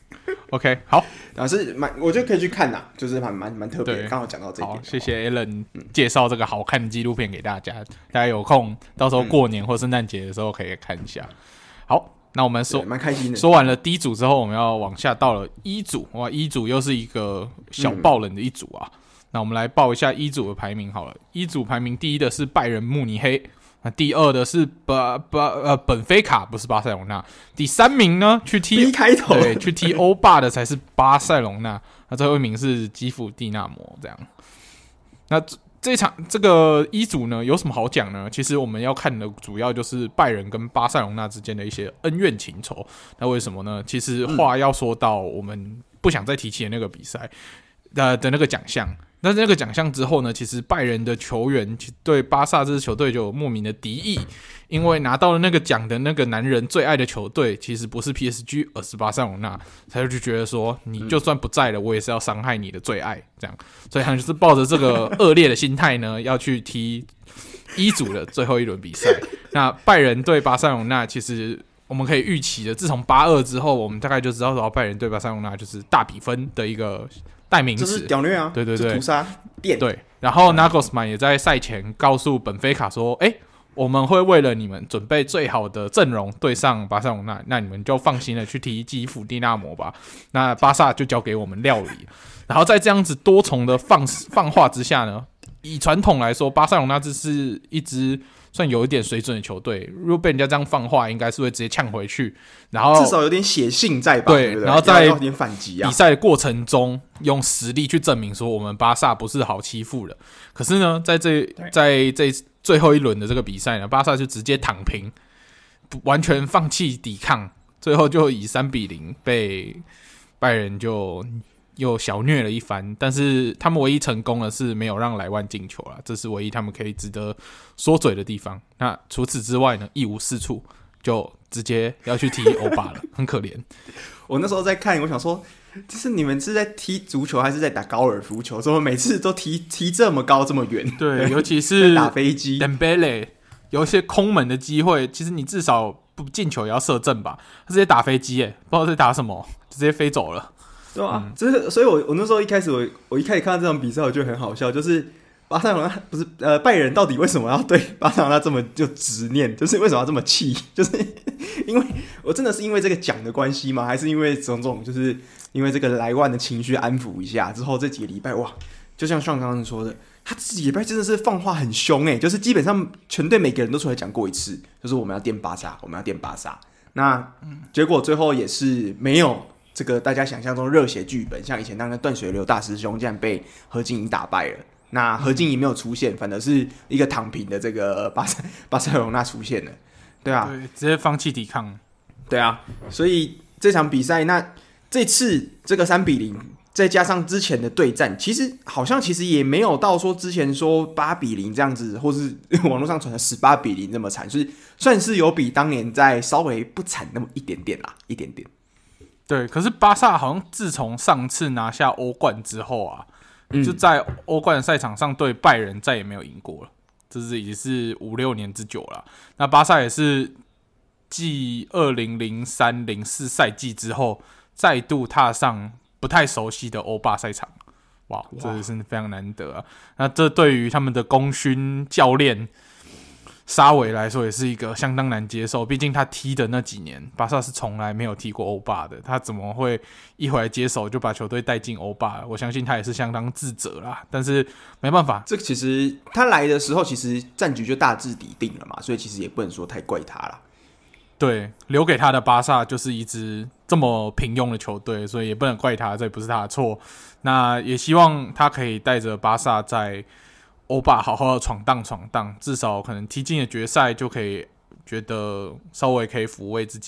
OK， 好， 啊是蛮，我觉得可以去看呐，就是蛮蛮蛮特别。刚好讲到这一点， 好，谢谢 Alan 介绍这个好看的纪录片给大家，大家有空到时候过年或圣诞节的时候可以看一下。好，那我们说蛮开心的。 说完了 D 组之后，我们要往下到了 E 组，哇 ，E 组又是一个小爆冷的一组啊。嗯、那我们来报一下 E 组的排名好了。E 组排名第一的是拜仁慕尼黑。那第二的是巴巴呃本菲卡，不是巴塞隆纳。第三名呢，去踢 B 开头， 对，去踢欧霸的才是巴塞隆纳。那最后一名是基辅蒂纳摩，这样。那这场这个一组呢，有什么好讲呢？其实我们要看的主要就是拜仁跟巴塞隆纳之间的一些恩怨情仇。那为什么呢？其实话要说到我们不想再提起的那个比赛的的那个奖项。但是那个奖项之后呢，其实拜仁的球员对巴萨这支球队就有莫名的敌意，因为拿到了那个奖的那个男人最爱的球队其实不是 P S G 而是巴塞罗那，他就觉得说你就算不在了，我也是要伤害你的最爱，这样，所以他就是抱着这个恶劣的心态呢，要去踢一组的最后一轮比赛。那拜仁对巴塞罗那其实我们可以预期的，自从八二之后，我们大概就知道说拜仁对巴塞罗那就是大比分的一个代名词， 这是屌虐啊！ 对对对， 屠杀电。 对，然后 Nagelsmann 也在赛前告诉本菲卡说：“哎，我们会为了你们准备最好的阵容对上巴塞罗那，那你们就放心的去踢基辅蒂纳摩吧。那巴萨就交给我们料理。”然后在这样子多重的放放话之下呢，以传统来说，巴塞罗那这是一支算有一点水准的球队，如果被人家这样放话，应该是会直接呛回去，然后至少有点血性在吧？ 对, 对不对， 然后在有点反击啊。 比赛的过程中，用实力去证明说我们巴萨不是好欺负的。可是呢，在这在这最后一轮的这个比赛呢，巴萨就直接躺平，完全放弃抵抗，最后就以三比零被拜仁就又小虐了一番，但是他们唯一成功的是没有让莱万进球啦，这是唯一他们可以值得说嘴的地方。那除此之外呢，一无是处，就直接要去踢欧霸了，很可怜。 我那时候在看，我想说，就是你们是在踢足球还是在打高尔夫球？怎么每次都踢踢这么高这么远？ 对，尤其是打飞机 Dembele 有一些空门的机会，其实你至少不进球也要射正吧？他直接打飞机，哎，不知道在打什么，直接飞走了。 对啊，嗯、这是所以我，我那时候一开始我，我一开始看到这场比赛，我觉得很好笑，就是巴塞罗那不是呃拜仁到底为什么要对巴塞罗那这么就执念，就是为什么要这么气？就是因为我真的是因为这个奖的关系吗？还是因为种种就是因为这个莱万的情绪安抚一下之后，这几个礼拜哇，就像像刚刚说的，他这几个礼拜真的是放话很凶哎、欸，就是基本上全队每个人都出来讲过一次，就是我们要垫巴萨，我们要垫巴萨。那结果最后也是没有。这个大家想象中热血剧本，像以前那个断水流大师兄，竟然被何敬怡打败了。那何敬怡没有出现，反而是一个躺平的这个巴塞巴塞罗那出现了，对啊， 对，直接放弃抵抗， 对啊。所以这场比赛，那这次这个三比零，再加上之前的对战，其实好像其实也没有到说之前说八比零这样子，或是网络上传的十八比零那么惨，就是算是有比当年再稍微不惨那么一点点啦，一点点。 对，可是巴萨好像自从上次拿下欧冠之后啊，嗯、就在欧冠的赛场上对拜仁再也没有赢过了，这是已经是五六年之久了。那巴萨也是继二零零三零四赛季之后，再度踏上不太熟悉的欧霸赛场，哇，这是非常难得啊！那这对于他们的功勋教练沙维来说也是一个相当难接受，毕竟他踢的那几年，巴萨是从来没有踢过欧霸的，他怎么会一回来接手就把球队带进欧霸？我相信他也是相当自责啦，但是没办法， 这其实他来的时候，其实战局就大致底定了嘛，所以其实也不能说太怪他啦。 对，留给他的巴萨就是一支这么平庸的球队，所以也不能怪他，这也不是他的错。那也希望他可以带着巴萨在欧霸好好的闯荡闯荡，至少可能踢进了决赛就可以觉得稍微可以抚慰自己吧。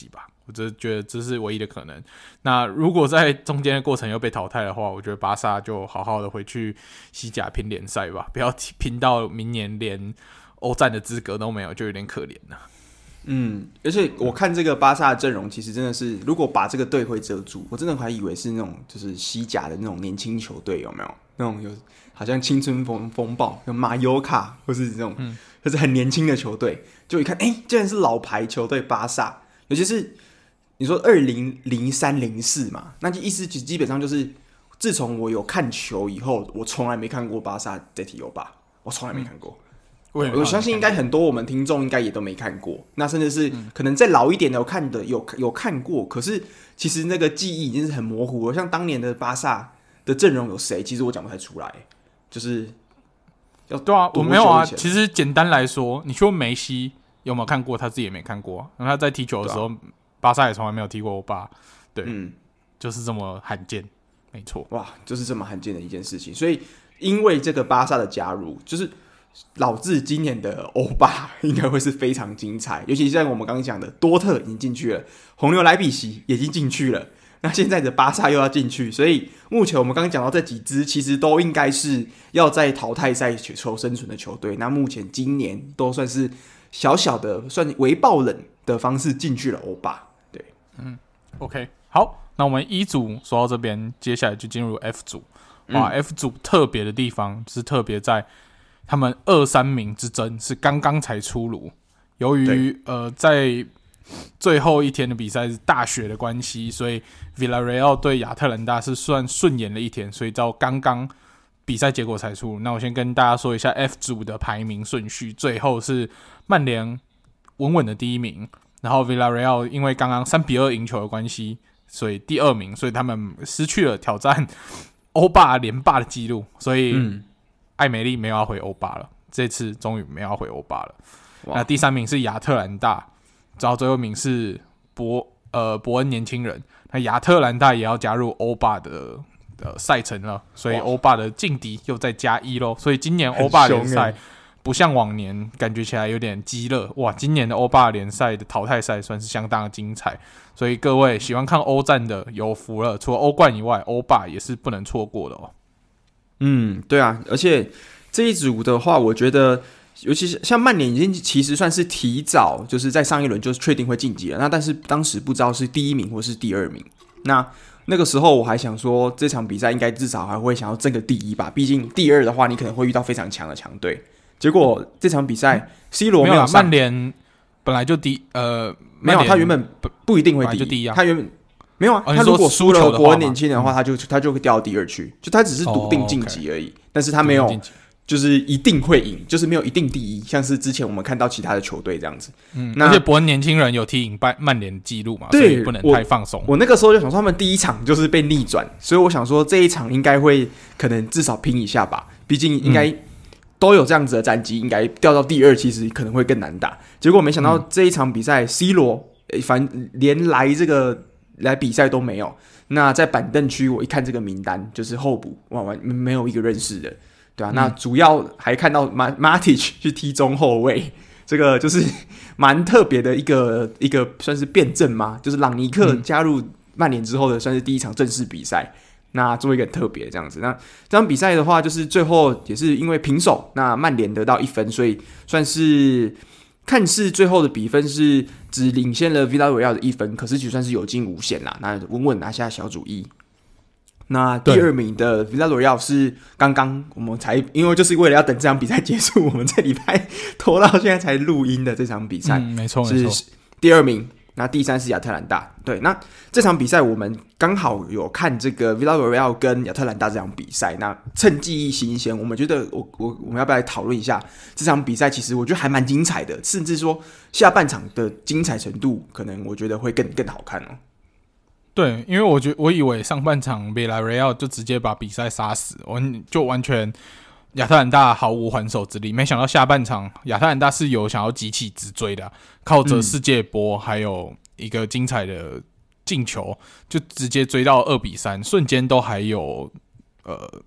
我只觉得这是唯一的可能。那如果在中间的过程又被淘汰的话，我觉得巴萨就好好的回去西甲拼联赛吧，不要拼到明年连欧战的资格都没有，就有点可怜了。 嗯，而且我看这个巴萨的阵容，其实真的是，如果把这个队徽遮住，我真的还以为是那种就是西甲的那种年轻球队，有没有？那种有好像青春风风暴，有马尤卡，或是这种，嗯，就是很年轻的球队，就一看，哎、欸，竟然是老牌球队巴萨，尤其是你说二零零三零四嘛，那就意思基本上就是，自从我有看球以后，我从来没看过巴萨在踢欧霸，我从来没看过。嗯我, 我相信应该很多我们听众应该也都没看过，那甚至是可能再老一点的有看的有有看过，可是其实那个记忆已经是很模糊了。像当年的巴萨的阵容有谁，其实我讲不太出来，就是要对啊，我没有啊。其实简单来说，你说梅西有没有看过，他自己也没看过、啊。他在踢球的时候，啊、巴萨也从来没有踢过欧霸，对，嗯，就是这么罕见，没错。 哇，就是这么罕见的一件事情。所以因为这个巴萨的加入，就是老致今年的欧霸应该会是非常精彩，尤其是像我们刚刚讲的，多特已经进去了，红牛莱比锡已经进去了，那现在的巴萨又要进去，所以目前我们刚刚讲到这几支，其实都应该是要在淘汰赛求生存的球队。那目前今年都算是小小的算微爆冷的方式进去了欧霸。对， 嗯 ，OK， 好，那我们一组说到这边，接下来就进入 F 组。哇、嗯、，F 组特别的地方是特别在他们二三名之争是刚刚才出炉，由于呃在最后一天的比赛是大雪的关系，所以 Villarreal 对亚特兰大是算顺延了一天，所以到刚刚比赛结果才出炉。那我先跟大家说一下 F 组的排名顺序，最后是曼联稳稳的第一名，然后 Villarreal 因为刚刚三比二赢球的关系，所以第二名，所以他们失去了挑战欧霸连霸的记录，所以、嗯艾梅利没有要回欧霸了，这次终于没有要回欧霸了。那第三名是亚特兰大，然后最后一名是伯呃伯恩年轻人。那亚特兰大也要加入欧霸的呃赛程了，所以欧霸的劲敌又再加一咯。所以今年欧霸联赛不像往年，感觉起来有点激烈。哇，今年的欧霸联赛的淘汰赛算是相当的精彩，所以各位喜欢看欧战的有福了。除了欧冠以外，欧霸也是不能错过的哦。 嗯，对啊，而且这一组的话，我觉得，尤其是像曼联已经其实算是提早，就是在上一轮就是确定会晋级了。那但是当时不知道是第一名或是第二名。那那个时候我还想说，这场比赛应该至少还会想要争个第一吧，毕竟第二的话，你可能会遇到非常强的强队。结果这场比赛 ，C 罗没有上， 曼联本来就第呃没有，他原本不不一定会第一， 就第一啊， 他原本。没有啊，哦、他如果输了伯恩年轻人的话，他就他就会掉到第二去，就他只是笃定晋级而已，哦 okay、但是他没有就是一定会赢，就是没有一定第一，像是之前我们看到其他的球队这样子。 嗯，而且伯恩年轻人有踢赢曼联的记录嘛，所以不能太放松。 我那个时候就想说，他们第一场就是被逆转，所以我想说这一场应该会可能至少拼一下吧，毕竟应该都有这样子的战绩，应该掉到第二其实可能会更难打。结果没想到这一场比赛 ，C 罗反连来这个。来比赛都没有，那在板凳区我一看这个名单就是候补，哇，没有一个认识的，对啊、嗯、那主要还看到 Matic 去踢中后卫，这个就是蛮特别的一个一个算是辩证嘛，就是朗尼克加入曼联之后的算是第一场正式比赛，那做一个很特别这样子。那这场比赛的话，就是最后也是因为平手，那曼联得到一分，所以算是。看似最后的比分是只领先了 Villarreal 的一分，可是就算是有惊无险啦，那稳稳拿下小组一。那第二名的 Villarreal 是刚刚我们才因为就是为了要等这场比赛结束，我们这礼拜拖到现在才录音的这场比赛， 嗯，没错没错， 是第二名。那第三是亚特兰大，对，那这场比赛我们刚好有看这个 Villarreal 跟亚特兰大这场比赛，那趁记忆新鲜，我们觉得我我我们要不要来讨论一下这场比赛？其实我觉得还蛮精彩的，甚至说下半场的精彩程度，可能我觉得会更更好看哦。 对，因为我觉我以为上半场 Villarreal 就直接把比赛杀死，我就完全。亚特兰大毫无还手之力，没想到下半场亚特兰大是有想要急起直追的、啊，靠着世界波还有一个精彩的进球，就直接追到二比三，瞬间都还有呃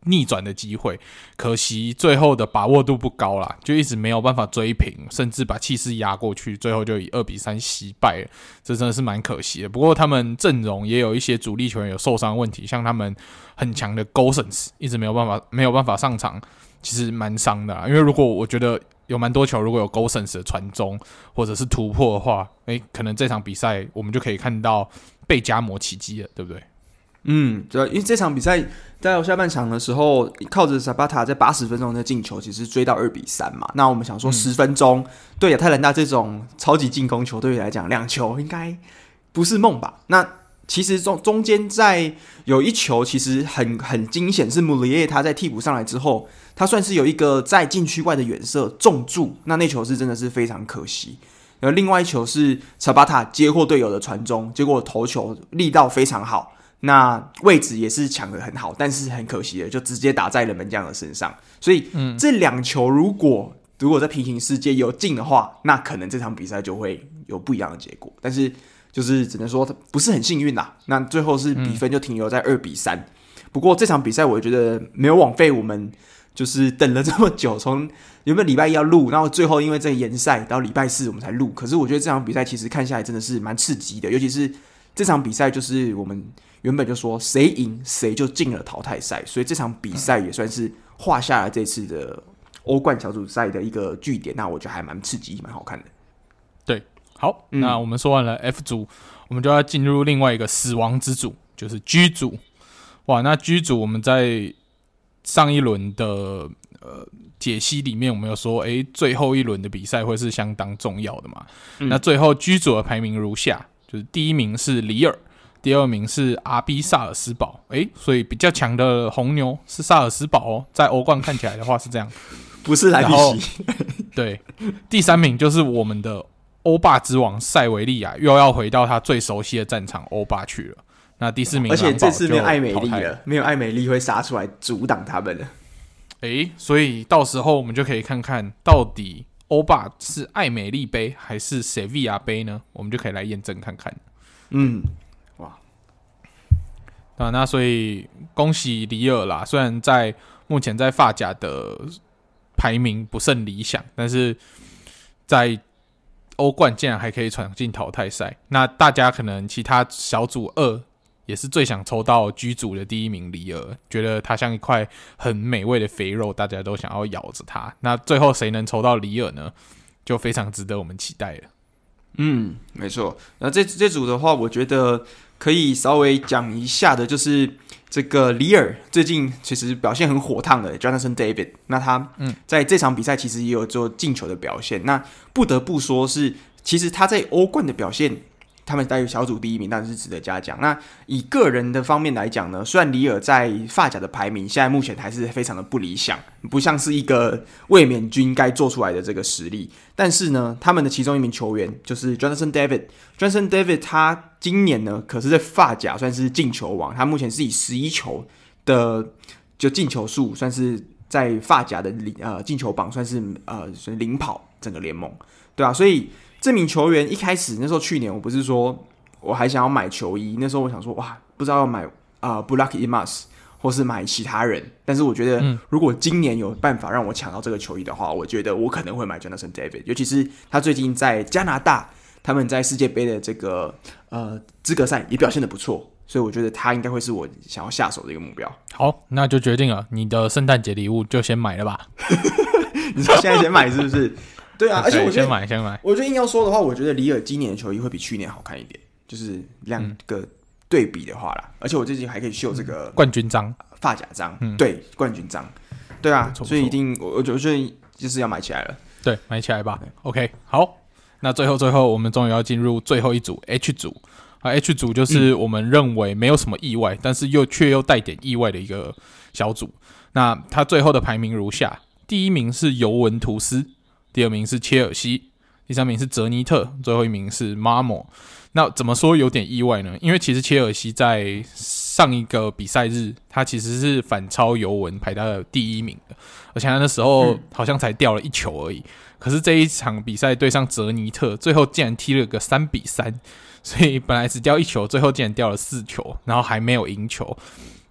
逆转的机会，可惜最后的把握度不高啦，就一直没有办法追平，甚至把气势压过去，最后就以二比三惜败了，这真的是蛮可惜的。不过他们阵容也有一些主力球员有受伤问题，像他们很强的 Gosens 一直没有办法没有办法上场，其实蛮伤的啦。因为如果我觉得有蛮多球，如果有 Gosens 的传中或者是突破的话，诶，可能这场比赛我们就可以看到贝加摩奇迹了，对不对？ 嗯，对，因为这场比赛在下半场的时候，靠着 Zapata 在八十分钟的进球，其实追到二比三嘛。那我们想说十分钟、嗯、对亚特兰大这种超级进攻球队来讲，两球应该不是梦吧？那其实中中间在有一球其实很很惊险，是穆里耶他在替补上来之后，他算是有一个在禁区外的远射中柱，那那球是真的是非常可惜。然后另外一球是查巴塔接获队友的传中，结果投球力道非常好，那位置也是抢得很好，但是很可惜的就直接打在了门将的身上。所以、嗯、这两球如果如果在平行世界有进的话，那可能这场比赛就会有不一样的结果。但是就是只能说不是很幸运啦，那最后是比分就停留在二比三、嗯。不过这场比赛我觉得没有枉费我们就是等了这么久，从原本礼拜一要录，然后最后因为这个延赛到礼拜四我们才录。可是我觉得这场比赛其实看下来真的是蛮刺激的，尤其是这场比赛就是我们原本就说谁赢谁就进了淘汰赛，所以这场比赛也算是画下了这次的欧冠小组赛的一个据点。那我觉得还蛮刺激蛮好看的。 对，好、嗯、那我们说完了 F 组，我们就要进入另外一个死亡之组，就是 G 组。哇，那 G 组我们在上一轮的呃解析里面，我们有说，诶，最后一轮的比赛会是相当重要的嘛、嗯、那最后 G 组的排名如下，就是第一名是里尔，第二名是 R B 萨尔斯堡，诶，所以比较强的红牛是萨尔斯堡哦，在欧冠看起来的话是这样， 不是莱比锡。 对，第三名就是我们的欧霸之王塞维利亚，又要回到他最熟悉的战场欧霸去了。那第四名， 而且这次没有艾美丽了，没有艾美丽会杀出来阻挡他们了。 诶，所以到时候我们就可以看看到底欧霸是艾美丽杯还是塞维亚杯呢？我们就可以来验证看看。 嗯，哇， 啊，那所以恭喜里尔啦！虽然在目前在法甲的排名不甚理想，但是在欧冠竟然还可以闯进淘汰赛。那大家可能其他小组二也是最想抽到 G 组的第一名里尔，觉得他像一块很美味的肥肉，大家都想要咬着它。那最后谁能抽到里尔呢？就非常值得我们期待了。 嗯，没错。那这这组的话，我觉得可以稍微讲一下的，就是这个里尔最近其实表现很火烫的 Jonathan David， 那他在这场比赛其实也有做进球的表现。那不得不说是，其实他在欧冠的表现，他们在小组第一名当然是值得嘉奖。那以个人的方面来讲呢，虽然里尔在法甲的排名现在目前还是非常的不理想，不像是一个卫冕军该做出来的这个实力，但是呢，他们的其中一名球员就是 Jonathan David。Jonathan David 他今年呢，可是在法甲算是进球王，他目前是以十一球的就进球数，算是在法甲的呃进球榜算是呃领跑整个联盟，对啊，所以这名球员一开始那时候去年我不是说我还想要买球衣，那时候我想说哇，不知道要买啊、呃、Burak Yilmaz 或是买其他人，但是我觉得如果今年有办法让我抢到这个球衣的话，我觉得我可能会买 Jonathan David， 尤其是他最近在加拿大，他们在世界杯的这个呃资格赛也表现得不错，所以我觉得他应该会是我想要下手的一个目标。 好，那就决定了，你的圣诞节礼物就先买了吧。 你说现在先买是不是？对啊，而且我觉得先买先买。 我觉得硬要说的话，我觉得里尔今年的球衣会比去年好看一点，就是两个对比的话啦。嗯、而且我最近还可以秀这个、 嗯、冠军章、 发甲章，嗯、对，冠军章，对啊，所以一定我我觉得就是要买起来了。 对，买起来吧。OK， 好，那最后最后我们终于要进入最后一组 H 组啊 ，H 组就是我们认为没有什么意外，嗯、但是又却又带点意外的一个小组。那它最后的排名如下：第一名是尤文图斯。第二名是切尔西，第三名是泽尼特，最后一名是马莫。那怎么说有点意外呢？因为其实切尔西在上一个比赛日，他其实是反超尤文排到第一名的，而且他那时候好像才掉了一球而已。可是这一场比赛对上泽尼特，最后竟然踢了个三比三，所以本来只掉一球，最后竟然掉了四球，然后还没有赢球。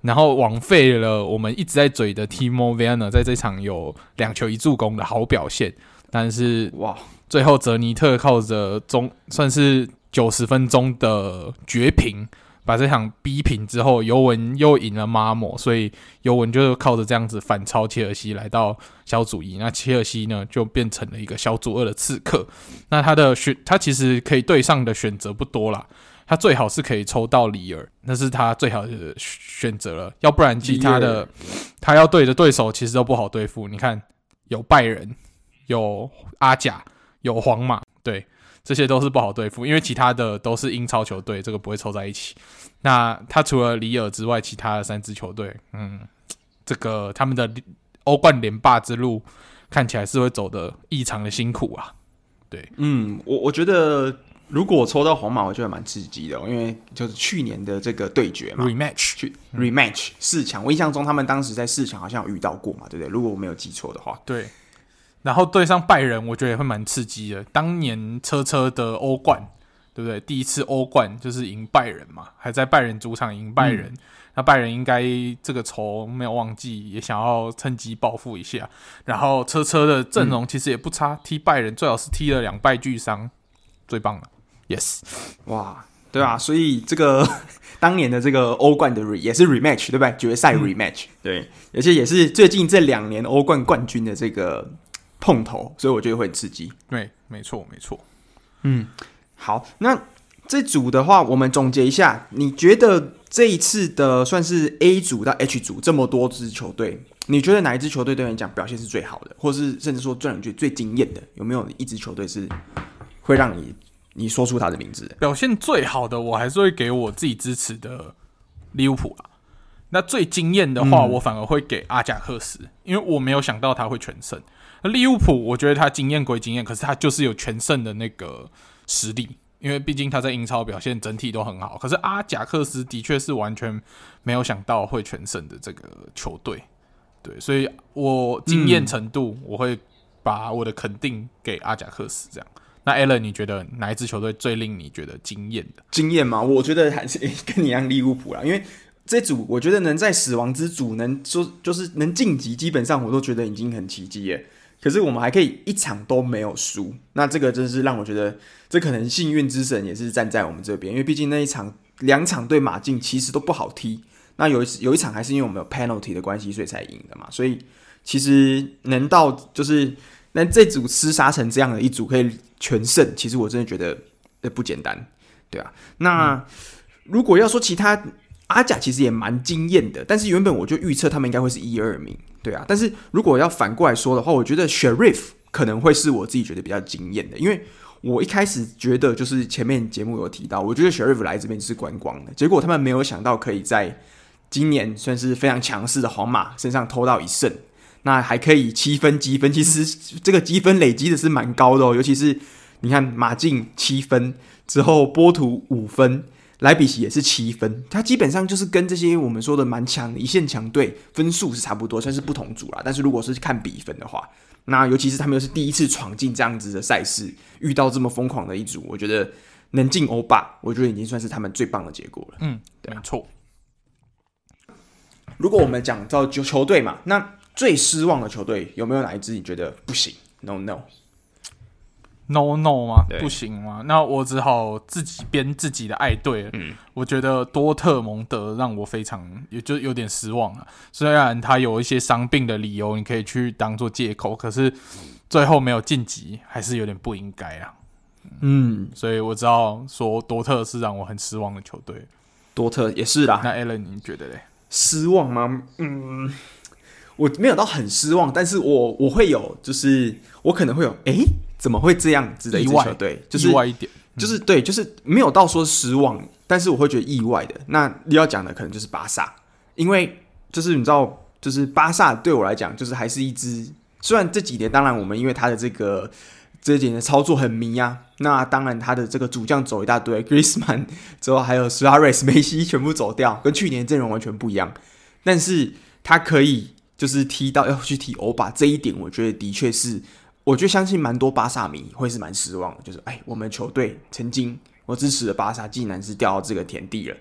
然后枉费了我们一直在嘴的 Timo Werner 在这场有两球一助攻的好表现，但是哇，最后泽尼特靠着中算是九十分钟的绝平，把这场逼平之后，尤文又赢了马莫，所以尤文就靠着这样子反超切尔西来到小组一，那切尔西呢就变成了一个小组二的刺客。那他的选他其实可以对上的选择不多啦。他最好是可以抽到里尔，那是他最好的选择了，要不然其他的他要对的对手其实都不好对付。你看，有拜仁，有阿甲，有皇马，对，这些都是不好对付，因为其他的都是英超球队，这个不会凑在一起。那他除了里尔之外，其他的三支球队，嗯，这个他们的欧冠连霸之路看起来是会走得异常的辛苦啊。对， 嗯，我我觉得。如果我抽到皇马，我觉得蛮刺激的、哦，因为就是去年的这个对决嘛 ，rematch， 去 rematch 四强，我印象中他们当时在四强好像有遇到过嘛，对不对？如果我没有记错的话， 对。然后对上拜仁，我觉得也会蛮刺激的。当年车车的欧冠，对不对？第一次欧冠就是赢拜仁嘛，还在拜仁主场赢拜仁，嗯、那拜仁应该这个仇没有忘记，也想要趁机报复一下。然后车车的阵容其实也不差，嗯、踢拜仁最好是踢了两败俱伤，最棒了。Yes， 哇，对啊，所以这个当年的这个欧冠的 re, 也是 rematch， 对不对？决赛 rematch，、嗯、对，而且也是最近这两年欧冠冠军的这个碰头，所以我觉得会很刺激。 对，没错，没错。 嗯，好，那这组的话，我们总结一下，你觉得这一次的算是 A 组到 H 组这么多支球队，你觉得哪一支球队对你讲表现是最好的，或是甚至说让你觉得最惊艳的？有没有一支球队是会让你？你说出他的名字， 表现最好的我还是会给我自己支持的利物浦啦。那最惊艳的话、嗯，我反而会给阿贾克斯，因为我没有想到他会全胜。那利物浦，我觉得他惊艳归惊艳，可是他就是有全胜的那个实力，因为毕竟他在英超表现整体都很好。可是阿贾克斯的确是完全没有想到会全胜的这个球队，对，所以我惊艳程度、嗯、我会把我的肯定给阿贾克斯这样。那 Alan， 你觉得哪一支球队最令你觉得惊艳的？ 惊艳吗？我觉得还是跟你一样利物浦啦，因为这组我觉得能在死亡之组能说就是能晋级，基本上我都觉得已经很奇迹了。可是我们还可以一场都没有输，那这个真是让我觉得，这可能幸运之神也是站在我们这边，因为毕竟那一场两场对马竞其实都不好踢，那有一有一场还是因为我们有 penalty 的关系，所以才赢的嘛。所以其实能到就是那这组厮杀成这样的一组可以全胜，其实我真的觉得不简单，对啊。那、嗯、如果要说其他，阿贾其实也蛮惊艳的，但是原本我就预测他们应该会是一二名，对啊。但是如果要反过来说的话，我觉得 Sheriff 可能会是我自己觉得比较惊艳的，因为我一开始觉得就是前面节目有提到，我觉得 Sheriff 来这边就是观光的，结果他们没有想到可以在今年算是非常强势的皇马身上偷到一胜，那还可以七分积分，其实这个积分累积的是蛮高的哦，尤其是你看马竞七分之后，波图五分。莱比锡也是七分，他基本上就是跟这些我们说的蛮强的一线强队分数是差不多，算是不同组啦。但是如果是看比分的话，那尤其是他们又是第一次闯进这样子的赛事，遇到这么疯狂的一组，我觉得能进欧霸，我觉得已经算是他们最棒的结果了。 嗯，对，没错。 如果我们讲到球队嘛，那最失望的球队有没有哪一支你觉得不行 ？No No。No No 吗？不行吗？那我只好自己编自己的爱队了。嗯，我觉得多特蒙德让我非常，也就有点失望了。虽然他有一些伤病的理由，你可以去当做借口，可是最后没有晋级，还是有点不应该啊。嗯，所以我知道说多特是让我很失望的球队。 多特也是啦。 那 Alan 你觉得嘞？ 失望吗？嗯，我没有到很失望，但是我我会有，就是我可能会有，哎、欸。怎么会这样子的一支球队？就是意外一点，嗯、 就是对，就是没有到说失望，但是我会觉得意外的。那你要讲的可能就是巴萨，因为就是你知道，就是巴萨对我来讲，就是还是一支。虽然这几年，当然我们因为他的这个这几年的操作很迷啊，那当然他的这个主将走一大堆 ，Griezmann 之后还有 Suarez、梅西全部走掉，跟去年阵容完全不一样。但是他可以就是踢到要去踢欧霸，这一点我觉得的确是。我就相信蛮多巴萨迷会是蛮失望的，就是哎，我们球队曾经我支持的巴萨竟然是掉到这个田地了。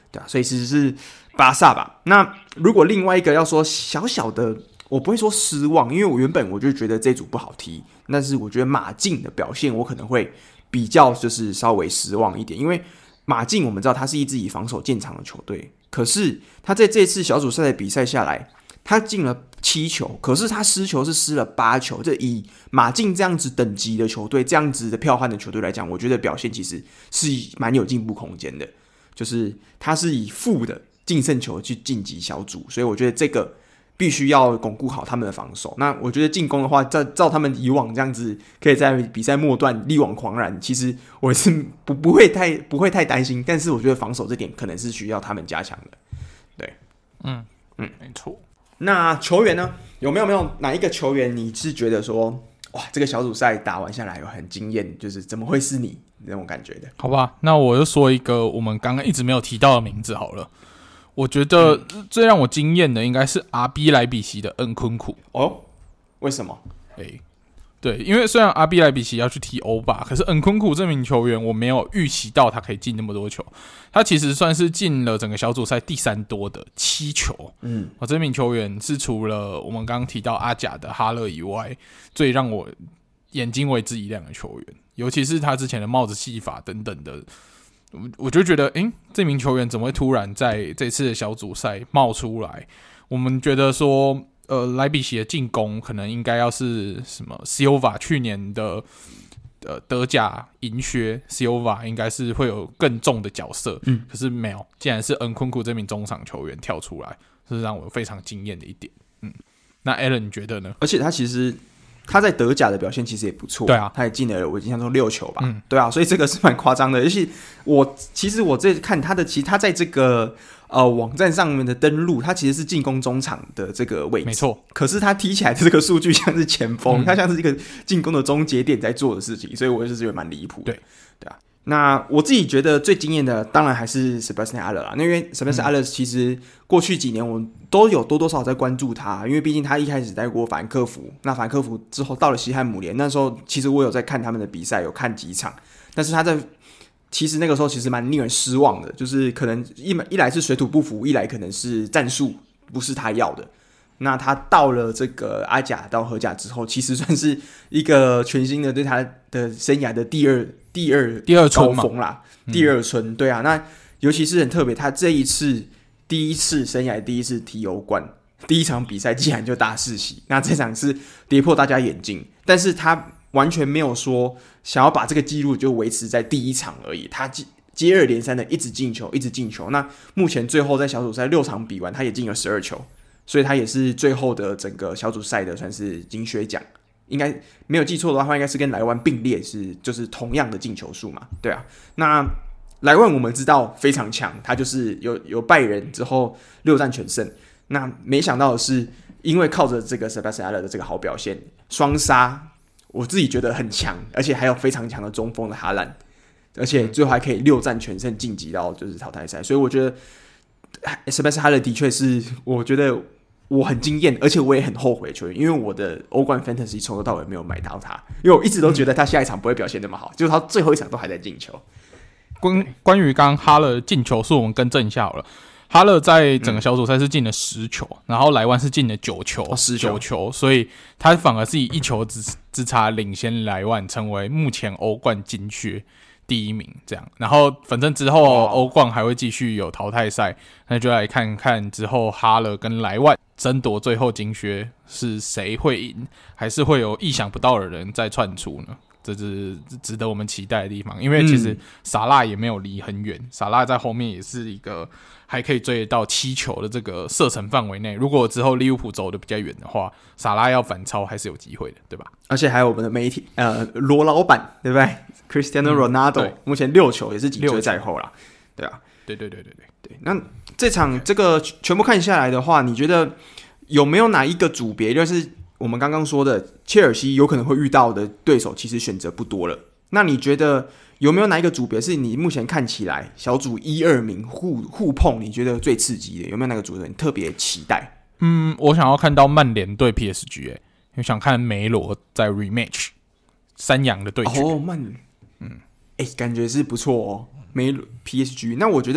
对啊，所以其实是巴萨吧。那如果另外一个要说小小的，我不会说失望，因为我原本我就觉得这组不好踢，但是我觉得马竞的表现我可能会比较就是稍微失望一点，因为马竞我们知道他是一支以防守见长的球队，可是他在这次小组赛的比赛下来，他进了七球，可是他失球是失了八球。这以马竞这样子等级的球队，这样子的剽悍的球队来讲，我觉得表现其实是蛮有进步空间的。就是他是以负的净胜球去晋级小组，所以我觉得这个必须要巩固好他们的防守。那我觉得进攻的话，照照他们以往这样子，可以在比赛末段力挽狂澜，其实我是不不会太不会太担心。但是我觉得防守这点可能是需要他们加强的。对， 嗯嗯，没错。 那球员呢？有没有没有哪一个球员你是觉得说，哇，这个小组赛打完下来有很惊艳，就是怎么会是你那种感觉的？ 好吧，那我就说一个我们刚刚一直没有提到的名字好了。我觉得最让我惊艳的应该是 R B 莱比锡的恩昆库。 哦，为什么？ 欸对，因为虽然 R B 莱比锡要去踢欧霸，可是恩昆库这名球员我没有预期到他可以进那么多球。他其实算是进了整个小组赛第三多的七球。嗯，啊，这名球员是除了我们刚刚提到阿贾的哈勒以外，最让我眼睛为之一亮的球员。尤其是他之前的帽子戏法等等的，我就觉得，诶，这名球员怎么会突然在这次的小组赛冒出来？我们觉得说。呃，莱比锡的进攻可能应该要是什么 Silva 去年的呃德甲银靴 Silva 应该是会有更重的角色，嗯，可是没有，竟然是恩昆库这名中场球员跳出来，这是让我非常惊艳的一点。嗯，那 Alan 你觉得呢？ 而且他其实他在德甲的表现其实也不错， 对啊， 他也进了我印象中六球吧，嗯，对啊，所以这个是蛮夸张的。而且我其实我这看他的，其实他在这个。呃，网站上面的登录，他其实是进攻中场的这个位置， 没错。 可是他踢起来的这个数据像是前锋，嗯、他像是一个进攻的终结点在做的事情，所以我就是觉得蛮离谱的。 对， 对啊。那我自己觉得最惊艳的，当然还是 Sebastian Haller 啦。那因为 Sebastian Haller 其实过去几年我们都有多多少少在关注他，因为毕竟他一开始待过法兰克福，那法兰克福之后到了西汉姆联，那时候其实我有在看他们的比赛，有看几场，但是他在。其实那个时候其实蛮令人失望的，就是可能 一, 一来是水土不服，一来可能是战术不是他要的。那他到了这个阿甲到荷甲之后，其实算是一个全新的对他的生涯的第二第二第二高峰啦，第二春。对啊，那尤其是很特别，他这一次第一次生涯第一次踢欧冠，第一场比赛竟然就大世袭，那这场是跌破大家眼镜，但是他完全没有说想要把这个记录就维持在第一场而已，他接二连三的一直进球，一直进球。那目前最后在小组赛六场比完，他也进了十二球，所以他也是最后的整个小组赛的算是金靴奖。应该没有记错的话，应该是跟莱万并列，是就是同样的进球数嘛？对啊。那莱万我们知道非常强，他就是有有拜仁之后六战全胜。那没想到的是，因为靠着这个 Sebastian Haller 的这个好表现，双杀。我自己觉得很强，而且还有非常强的中锋的哈兰，而且最后还可以六战全胜晋级到就是淘汰赛，所以我觉得 Sebastian Haller 的确是我觉得我很惊艳，而且我也很后悔的球员，因为我的欧冠 Fantasy 从头到尾没有买到他，因为我一直都觉得他下一场不会表现那么好，结果他最后一场都还在进球。 关关于刚刚哈勒进球数，我们更正一下好了。哈勒在整个小组赛是进了十球、嗯，然后莱万是进了九球，十、哦、九球，所以他反而是以一球之之差领先莱万，成为目前欧冠金靴第一名。这样，然后反正之后欧冠还会继续有淘汰赛，那就来看看之后哈勒跟莱万争夺最后金靴是谁会赢，还是会有意想不到的人再窜出呢？这是值得我们期待的地方，因为其实萨拉也没有离很远，萨拉在后面也是一个还可以追得到七球的这个射程范围内。如果之后利物浦走得比较远的话，萨拉要反超还是有机会的，对吧？ 而且还有我们的媒体，呃，罗老板，对不对 ？Cristiano Ronaldo、嗯、目前六球也是紧追在后啦，对啊， 对对对对对对。那这场这个全部看下来的话，你觉得有没有哪一个组别就是？我们刚刚说的切尔西有可能会遇到的对手，其实选择不多了。那你觉得有没有哪一个组别是你目前看起来小组一二名互互碰，你觉得最刺激的？有没有哪个组别你特别期待？ 嗯，我想要看到曼联对 P S G， 哎，我想看梅罗在 rematch 山羊的对决。 哦，曼联，嗯，哎，感觉是不错哦。梅 P S G， 那我觉得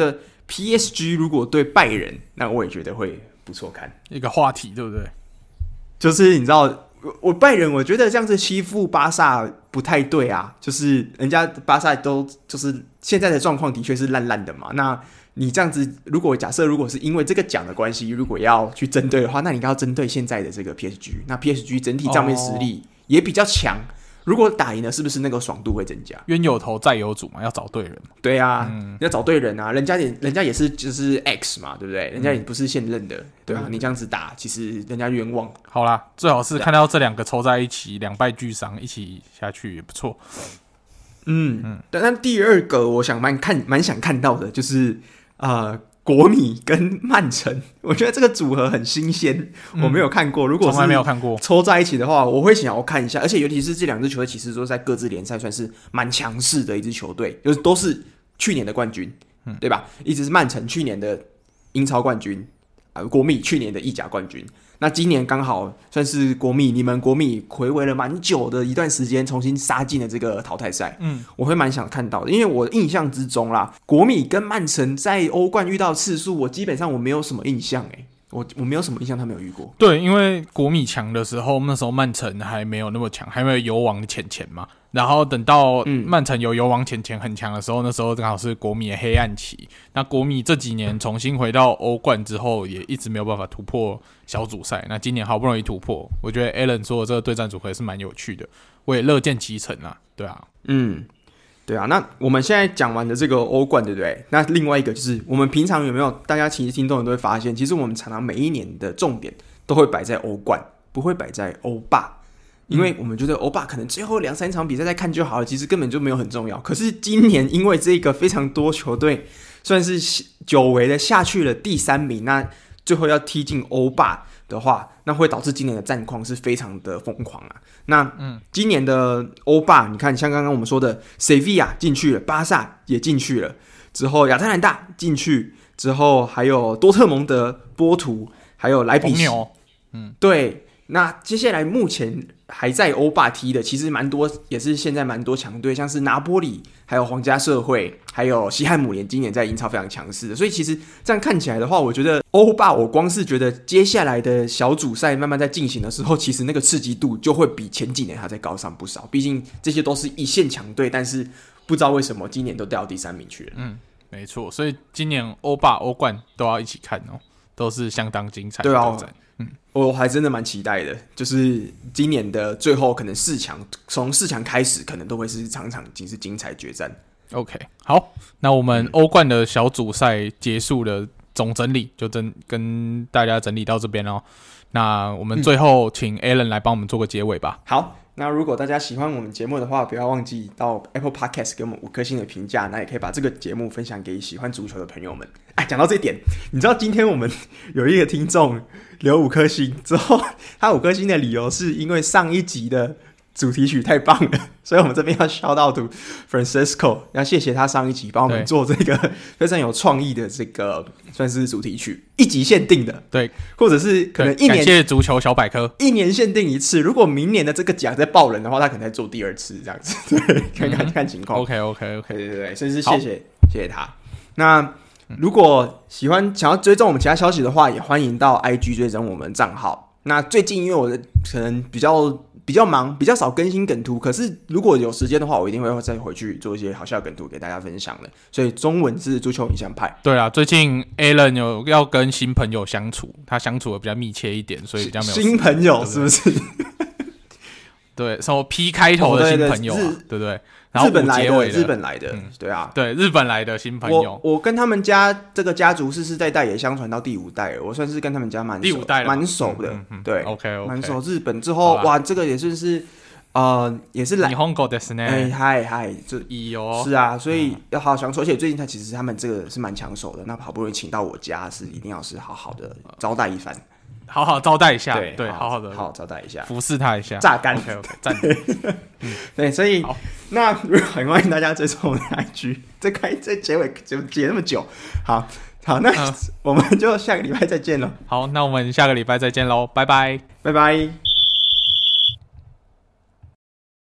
P S G 如果对拜仁，那我也觉得会不错看。 一个话题，对不对？ 就是你知道，我拜仁，我觉得这样子欺负巴萨不太对啊。就是人家巴萨都就是现在的状况的确是烂烂的嘛。那你这样子，如果假设如果是因为这个奖的关系，如果要去针对的话，那你应该要针对现在的这个 P S G。那 P S G 整体账面实力也比较强。哦，如果打赢了，是不是那个爽度会增加？ 冤有头债有主嘛，要找对人嘛。 对啊，嗯、要找对人啊，人家也人家也是就是 X 嘛，对不对？人家也不是现任的，嗯、对啊，你这样子打，其实人家冤枉。 好啦，最好是看到这两个凑在一起，两败俱伤，一起下去也不错。 嗯嗯，但第二个我想蛮看蛮想看到的就是呃。国米跟曼城，我觉得这个组合很新鲜，嗯、我没有看过。如果从来没有看过抽在一起的话，我会想要看一下。而且尤其是这两支球队，其实都在各自联赛算是蛮强势的一支球队，就是都是去年的冠军，嗯、对吧？一直是曼城去年的英超冠军，呃，国米去年的意甲冠军。那今年刚好算是国米，你们国米睽违了蛮久的一段时间，重新杀进了这个淘汰赛。嗯，我会蛮想看到的，因为我印象之中啦，国米跟曼城在欧冠遇到次数，我基本上我没有什么印象诶、欸。我我没有什么印象，他没有遇过。 对，因为国米强的时候，那时候曼城还没有那么强，还没有油王前前嘛。然后等到曼城有油王前前很强的时候，那时候刚好是国米的黑暗期。那国米这几年重新回到欧冠之后，也一直没有办法突破小组赛。那今年好不容易突破，我觉得 Alan 说的这个对战组合也是蛮有趣的，我也乐见其成啊。对啊， 嗯。对啊，那我们现在讲完的这个欧冠，对不对？那另外一个就是，我们平常有没有大家其实听众都会发现，其实我们常常每一年的重点都会摆在欧冠，不会摆在欧霸，因为我们觉得欧霸可能最后两三场比赛再看就好了，其实根本就没有很重要。可是今年因为这个非常多球队算是久违的下去了第三名，那最后要踢进欧霸的话，那会导致今年的战况是非常的疯狂啊。那嗯，今年的欧霸，你看像刚刚我们说的 Sevilla 进去了，巴萨也进去了，之后亚特兰大进去，之后还有多特蒙德、波图，还有莱比锡，嗯，对。那接下来目前还在欧霸踢的，其实蛮多，也是现在蛮多强队，像是拿波里，还有皇家社会，还有西汉姆联，今年在英超非常强势的。所以其实这样看起来的话，我觉得欧霸，我光是觉得接下来的小组赛慢慢在进行的时候，其实那个刺激度就会比前几年还在高上不少。毕竟这些都是一线强队，但是不知道为什么今年都掉到第三名去了。 嗯，没错，所以今年欧霸、欧冠都要一起看哦，都是相当精彩的挑战。 嗯，我还真的蛮期待的，就是今年的最后可能四强，从四强开始，可能都会是场场已经是精彩决战。 OK， 好，那我们欧冠的小组赛结束了总整理，就真跟大家整理到这边哦。那我们最后请 Alan 来帮我们做个结尾吧。 嗯、好。那如果大家喜欢我们节目的话，不要忘记到 Apple Podcast 给我们五颗星的评价，那也可以把这个节目分享给喜欢足球的朋友们。哎，讲到这一点，你知道今天我们有一个听众留五颗星之后，他五颗星的理由是因为上一集的主题曲太棒了，所以我们这边要 shout out to Francisco， 要谢谢他上一集帮我们做这个非常有创意的这个算是主题曲，一集限定的， 对， 或者是可能一年感谢足球小百科， 一年限定一次。如果明年的这个奖再爆人的话，他可能再做第二次这样子，对，看看、嗯、看情况。 OK OK OK， 对对对，所以是谢谢谢谢他。那如果喜欢想要追踪我们其他消息的话，也欢迎到 I G 追踪我们账号。那最近因为我的可能比较。比较忙，比较少更新梗图，可是如果有时间的话，我一定会再回去做一些好笑的梗图给大家分享的。所以中文是足球影像派。 对啊，最近 Alan 有要跟新朋友相处，他相处的比较密切一点，所以比较没有新朋友是不是？ 对，什么 P 开头的新朋友、啊哦、对不对？然后日本来的， 的日本来的、嗯，对啊， 对，日本来的新朋友。 我我跟他们家这个家族世世代代也相传到第五代了，我算是跟他们家蛮熟， 第五代蛮熟的，嗯嗯、对 ，OK OK， 蛮熟。日本之后，哇，这个也算是呃，也是来日本語ですね。 哎嗨嗨，这いいよ是啊，所以要好好相处。而且最近他其实他们这个是蛮抢手的，那好不容易请到我家，是一定要是好好的招待一番。 好好招待一下， 对， 对，好好的， 好好招待一下， 服侍他一下， 榨干 ，OK OK， 赞， 嗯，对，所以那很欢迎大家追踪我的 I G， 这开这结尾就结那么久，好好，那、嗯、我们就下个礼拜再见了。 好，那我们下个礼拜再见喽，拜拜， 拜拜。